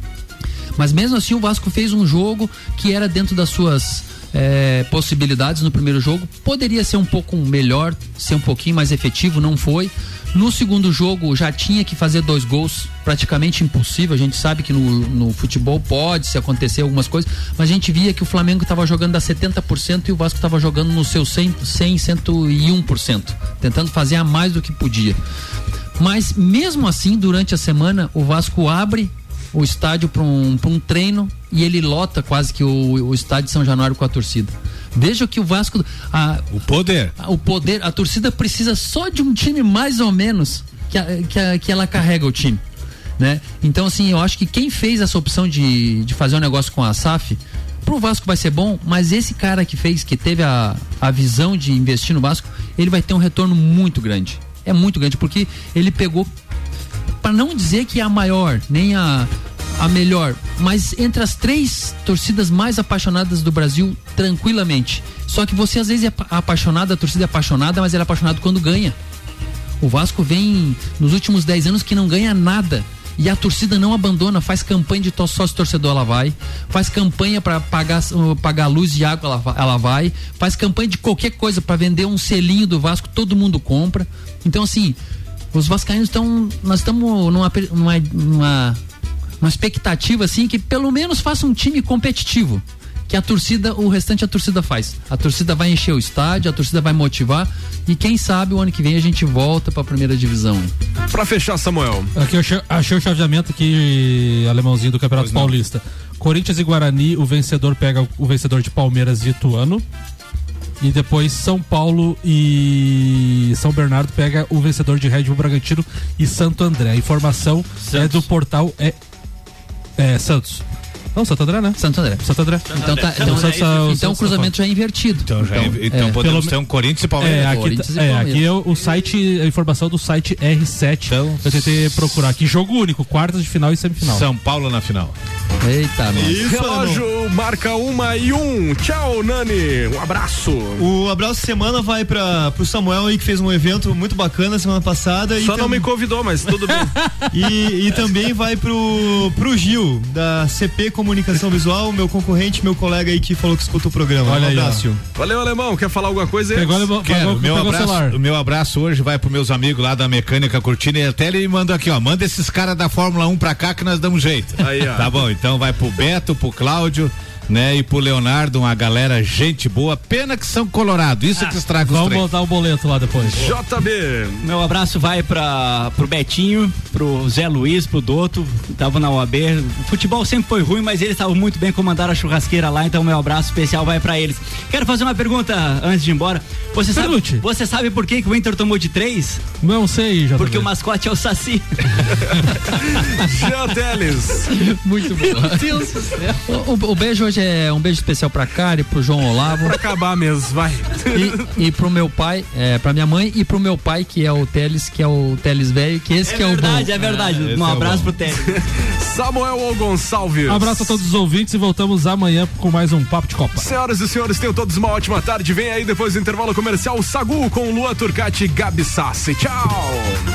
Mas mesmo assim o Vasco fez um jogo que era dentro das suas é, possibilidades no primeiro jogo. Poderia ser um pouco melhor, ser um pouquinho mais efetivo, não foi. No segundo jogo já tinha que fazer dois gols, praticamente impossível. A gente sabe que no, no futebol pode se acontecer algumas coisas, mas a gente via que o Flamengo estava jogando a setenta por cento e o Vasco estava jogando no seu cem, cem, cento e um por cento, tentando fazer a mais do que podia. Mas mesmo assim, durante a semana, o Vasco abre o estádio para um, para um treino e ele lota quase que o, o estádio de São Januário com a torcida. Veja que o Vasco, a, o poder a, o poder, a torcida precisa só de um time mais ou menos que, a, que, a, que ela carrega o time, né? Então assim, eu acho que quem fez essa opção de, de fazer um negócio com a S A F, pro Vasco vai ser bom, mas esse cara que fez, que teve a, a visão de investir no Vasco, ele vai ter um retorno muito grande, é muito grande, porque ele pegou, para não dizer que é a maior, nem a a melhor, mas entre as três torcidas mais apaixonadas do Brasil, tranquilamente. Só que você às vezes é apaixonado, a torcida é apaixonada, mas ela é apaixonada quando ganha. O Vasco vem nos últimos dez anos que não ganha nada, e a torcida não abandona, faz campanha de sócio torcedor, ela vai, faz campanha para pagar, pagar luz e água, ela, ela vai, faz campanha de qualquer coisa para vender um selinho do Vasco, todo mundo compra. Então assim, os vascaínos estão, nós estamos numa, numa, numa uma expectativa assim que pelo menos faça um time competitivo, que a torcida, o restante a torcida faz. A torcida vai encher o estádio, a torcida vai motivar, e quem sabe o ano que vem a gente volta para a primeira divisão. Pra fechar, Samuel. Aqui eu achei, achei o chaveamento aqui, alemãozinho, do Campeonato Paulista. Corinthians e Guarani, o vencedor pega o vencedor de Palmeiras e Ituano. E depois São Paulo e São Bernardo pega o vencedor de Red Bull Bragantino e Santo André. A informação Santos. é do portal é É, Santos. Não, Santo André, né? Santo André. Santo André. Então, tá, então, Santos, então, então o cruzamento já é invertido. Então, já então, é, então é, podemos ter um Corinthians e Palmeiras. É, aqui, Corinthians é, e Palmeiras. aqui é o, o site, a informação do site R sete. Então, eu tentei procurar aqui. Jogo único, quartas de final e semifinal. São Paulo na final. Eita, mano. Isso, relógio mano. Marca uma e um. Tchau, Nani. Um abraço. O abraço semana vai para pro Samuel aí, que fez um evento muito bacana semana passada. Só e não tam... me convidou, mas tudo bem. e, e também vai pro, pro Gil, da C P Comunicação Visual, meu concorrente, meu colega aí que falou que escuta o programa. Olha um aí, abraço, Gil. Valeu, Alemão. Quer falar alguma coisa aí? Pegou, Alemão, Quero. pegou, o, meu pegou abraço, o meu abraço hoje vai pros meus amigos lá da Mecânica Cortina, e até ele mandou aqui, ó, manda esses caras da Fórmula um pra cá que nós damos jeito. Aí, ó. Tá bom, então vai pro Beto, pro Cláudio, né, e pro Leonardo, uma galera gente boa, pena que são colorado, isso ah, que estraga os vamos trem. botar o boleto lá depois. J B. Meu abraço vai para pro Betinho, pro Zé Luiz, pro Doto, tava na U A B, o futebol sempre foi ruim, mas eles estavam muito bem, comandaram a churrasqueira lá, então meu abraço especial vai para eles. Quero fazer uma pergunta antes de ir embora, você sabe, você sabe por que, que o Inter tomou de três? Não sei, J B. Porque o mascote é o Saci. Jean Teles. Muito bom. Meu Deus do céu. O, o, o beijo hoje é um beijo especial pra Kari, pro João Olavo. Pra acabar mesmo, vai. E, e pro meu pai, é, pra minha mãe e pro meu pai, que é o Teles, que é o Teles velho, que esse é que é verdade, o bom. É verdade, é verdade. Um é abraço pro Teles. Samuel Gonçalves. Abraço a todos os ouvintes e voltamos amanhã com mais um Papo de Copa. Senhoras e senhores, tenham todos uma ótima tarde. Vem aí depois do intervalo comercial, Sagu com Lua Turcati e Gabi Sassi. Tchau.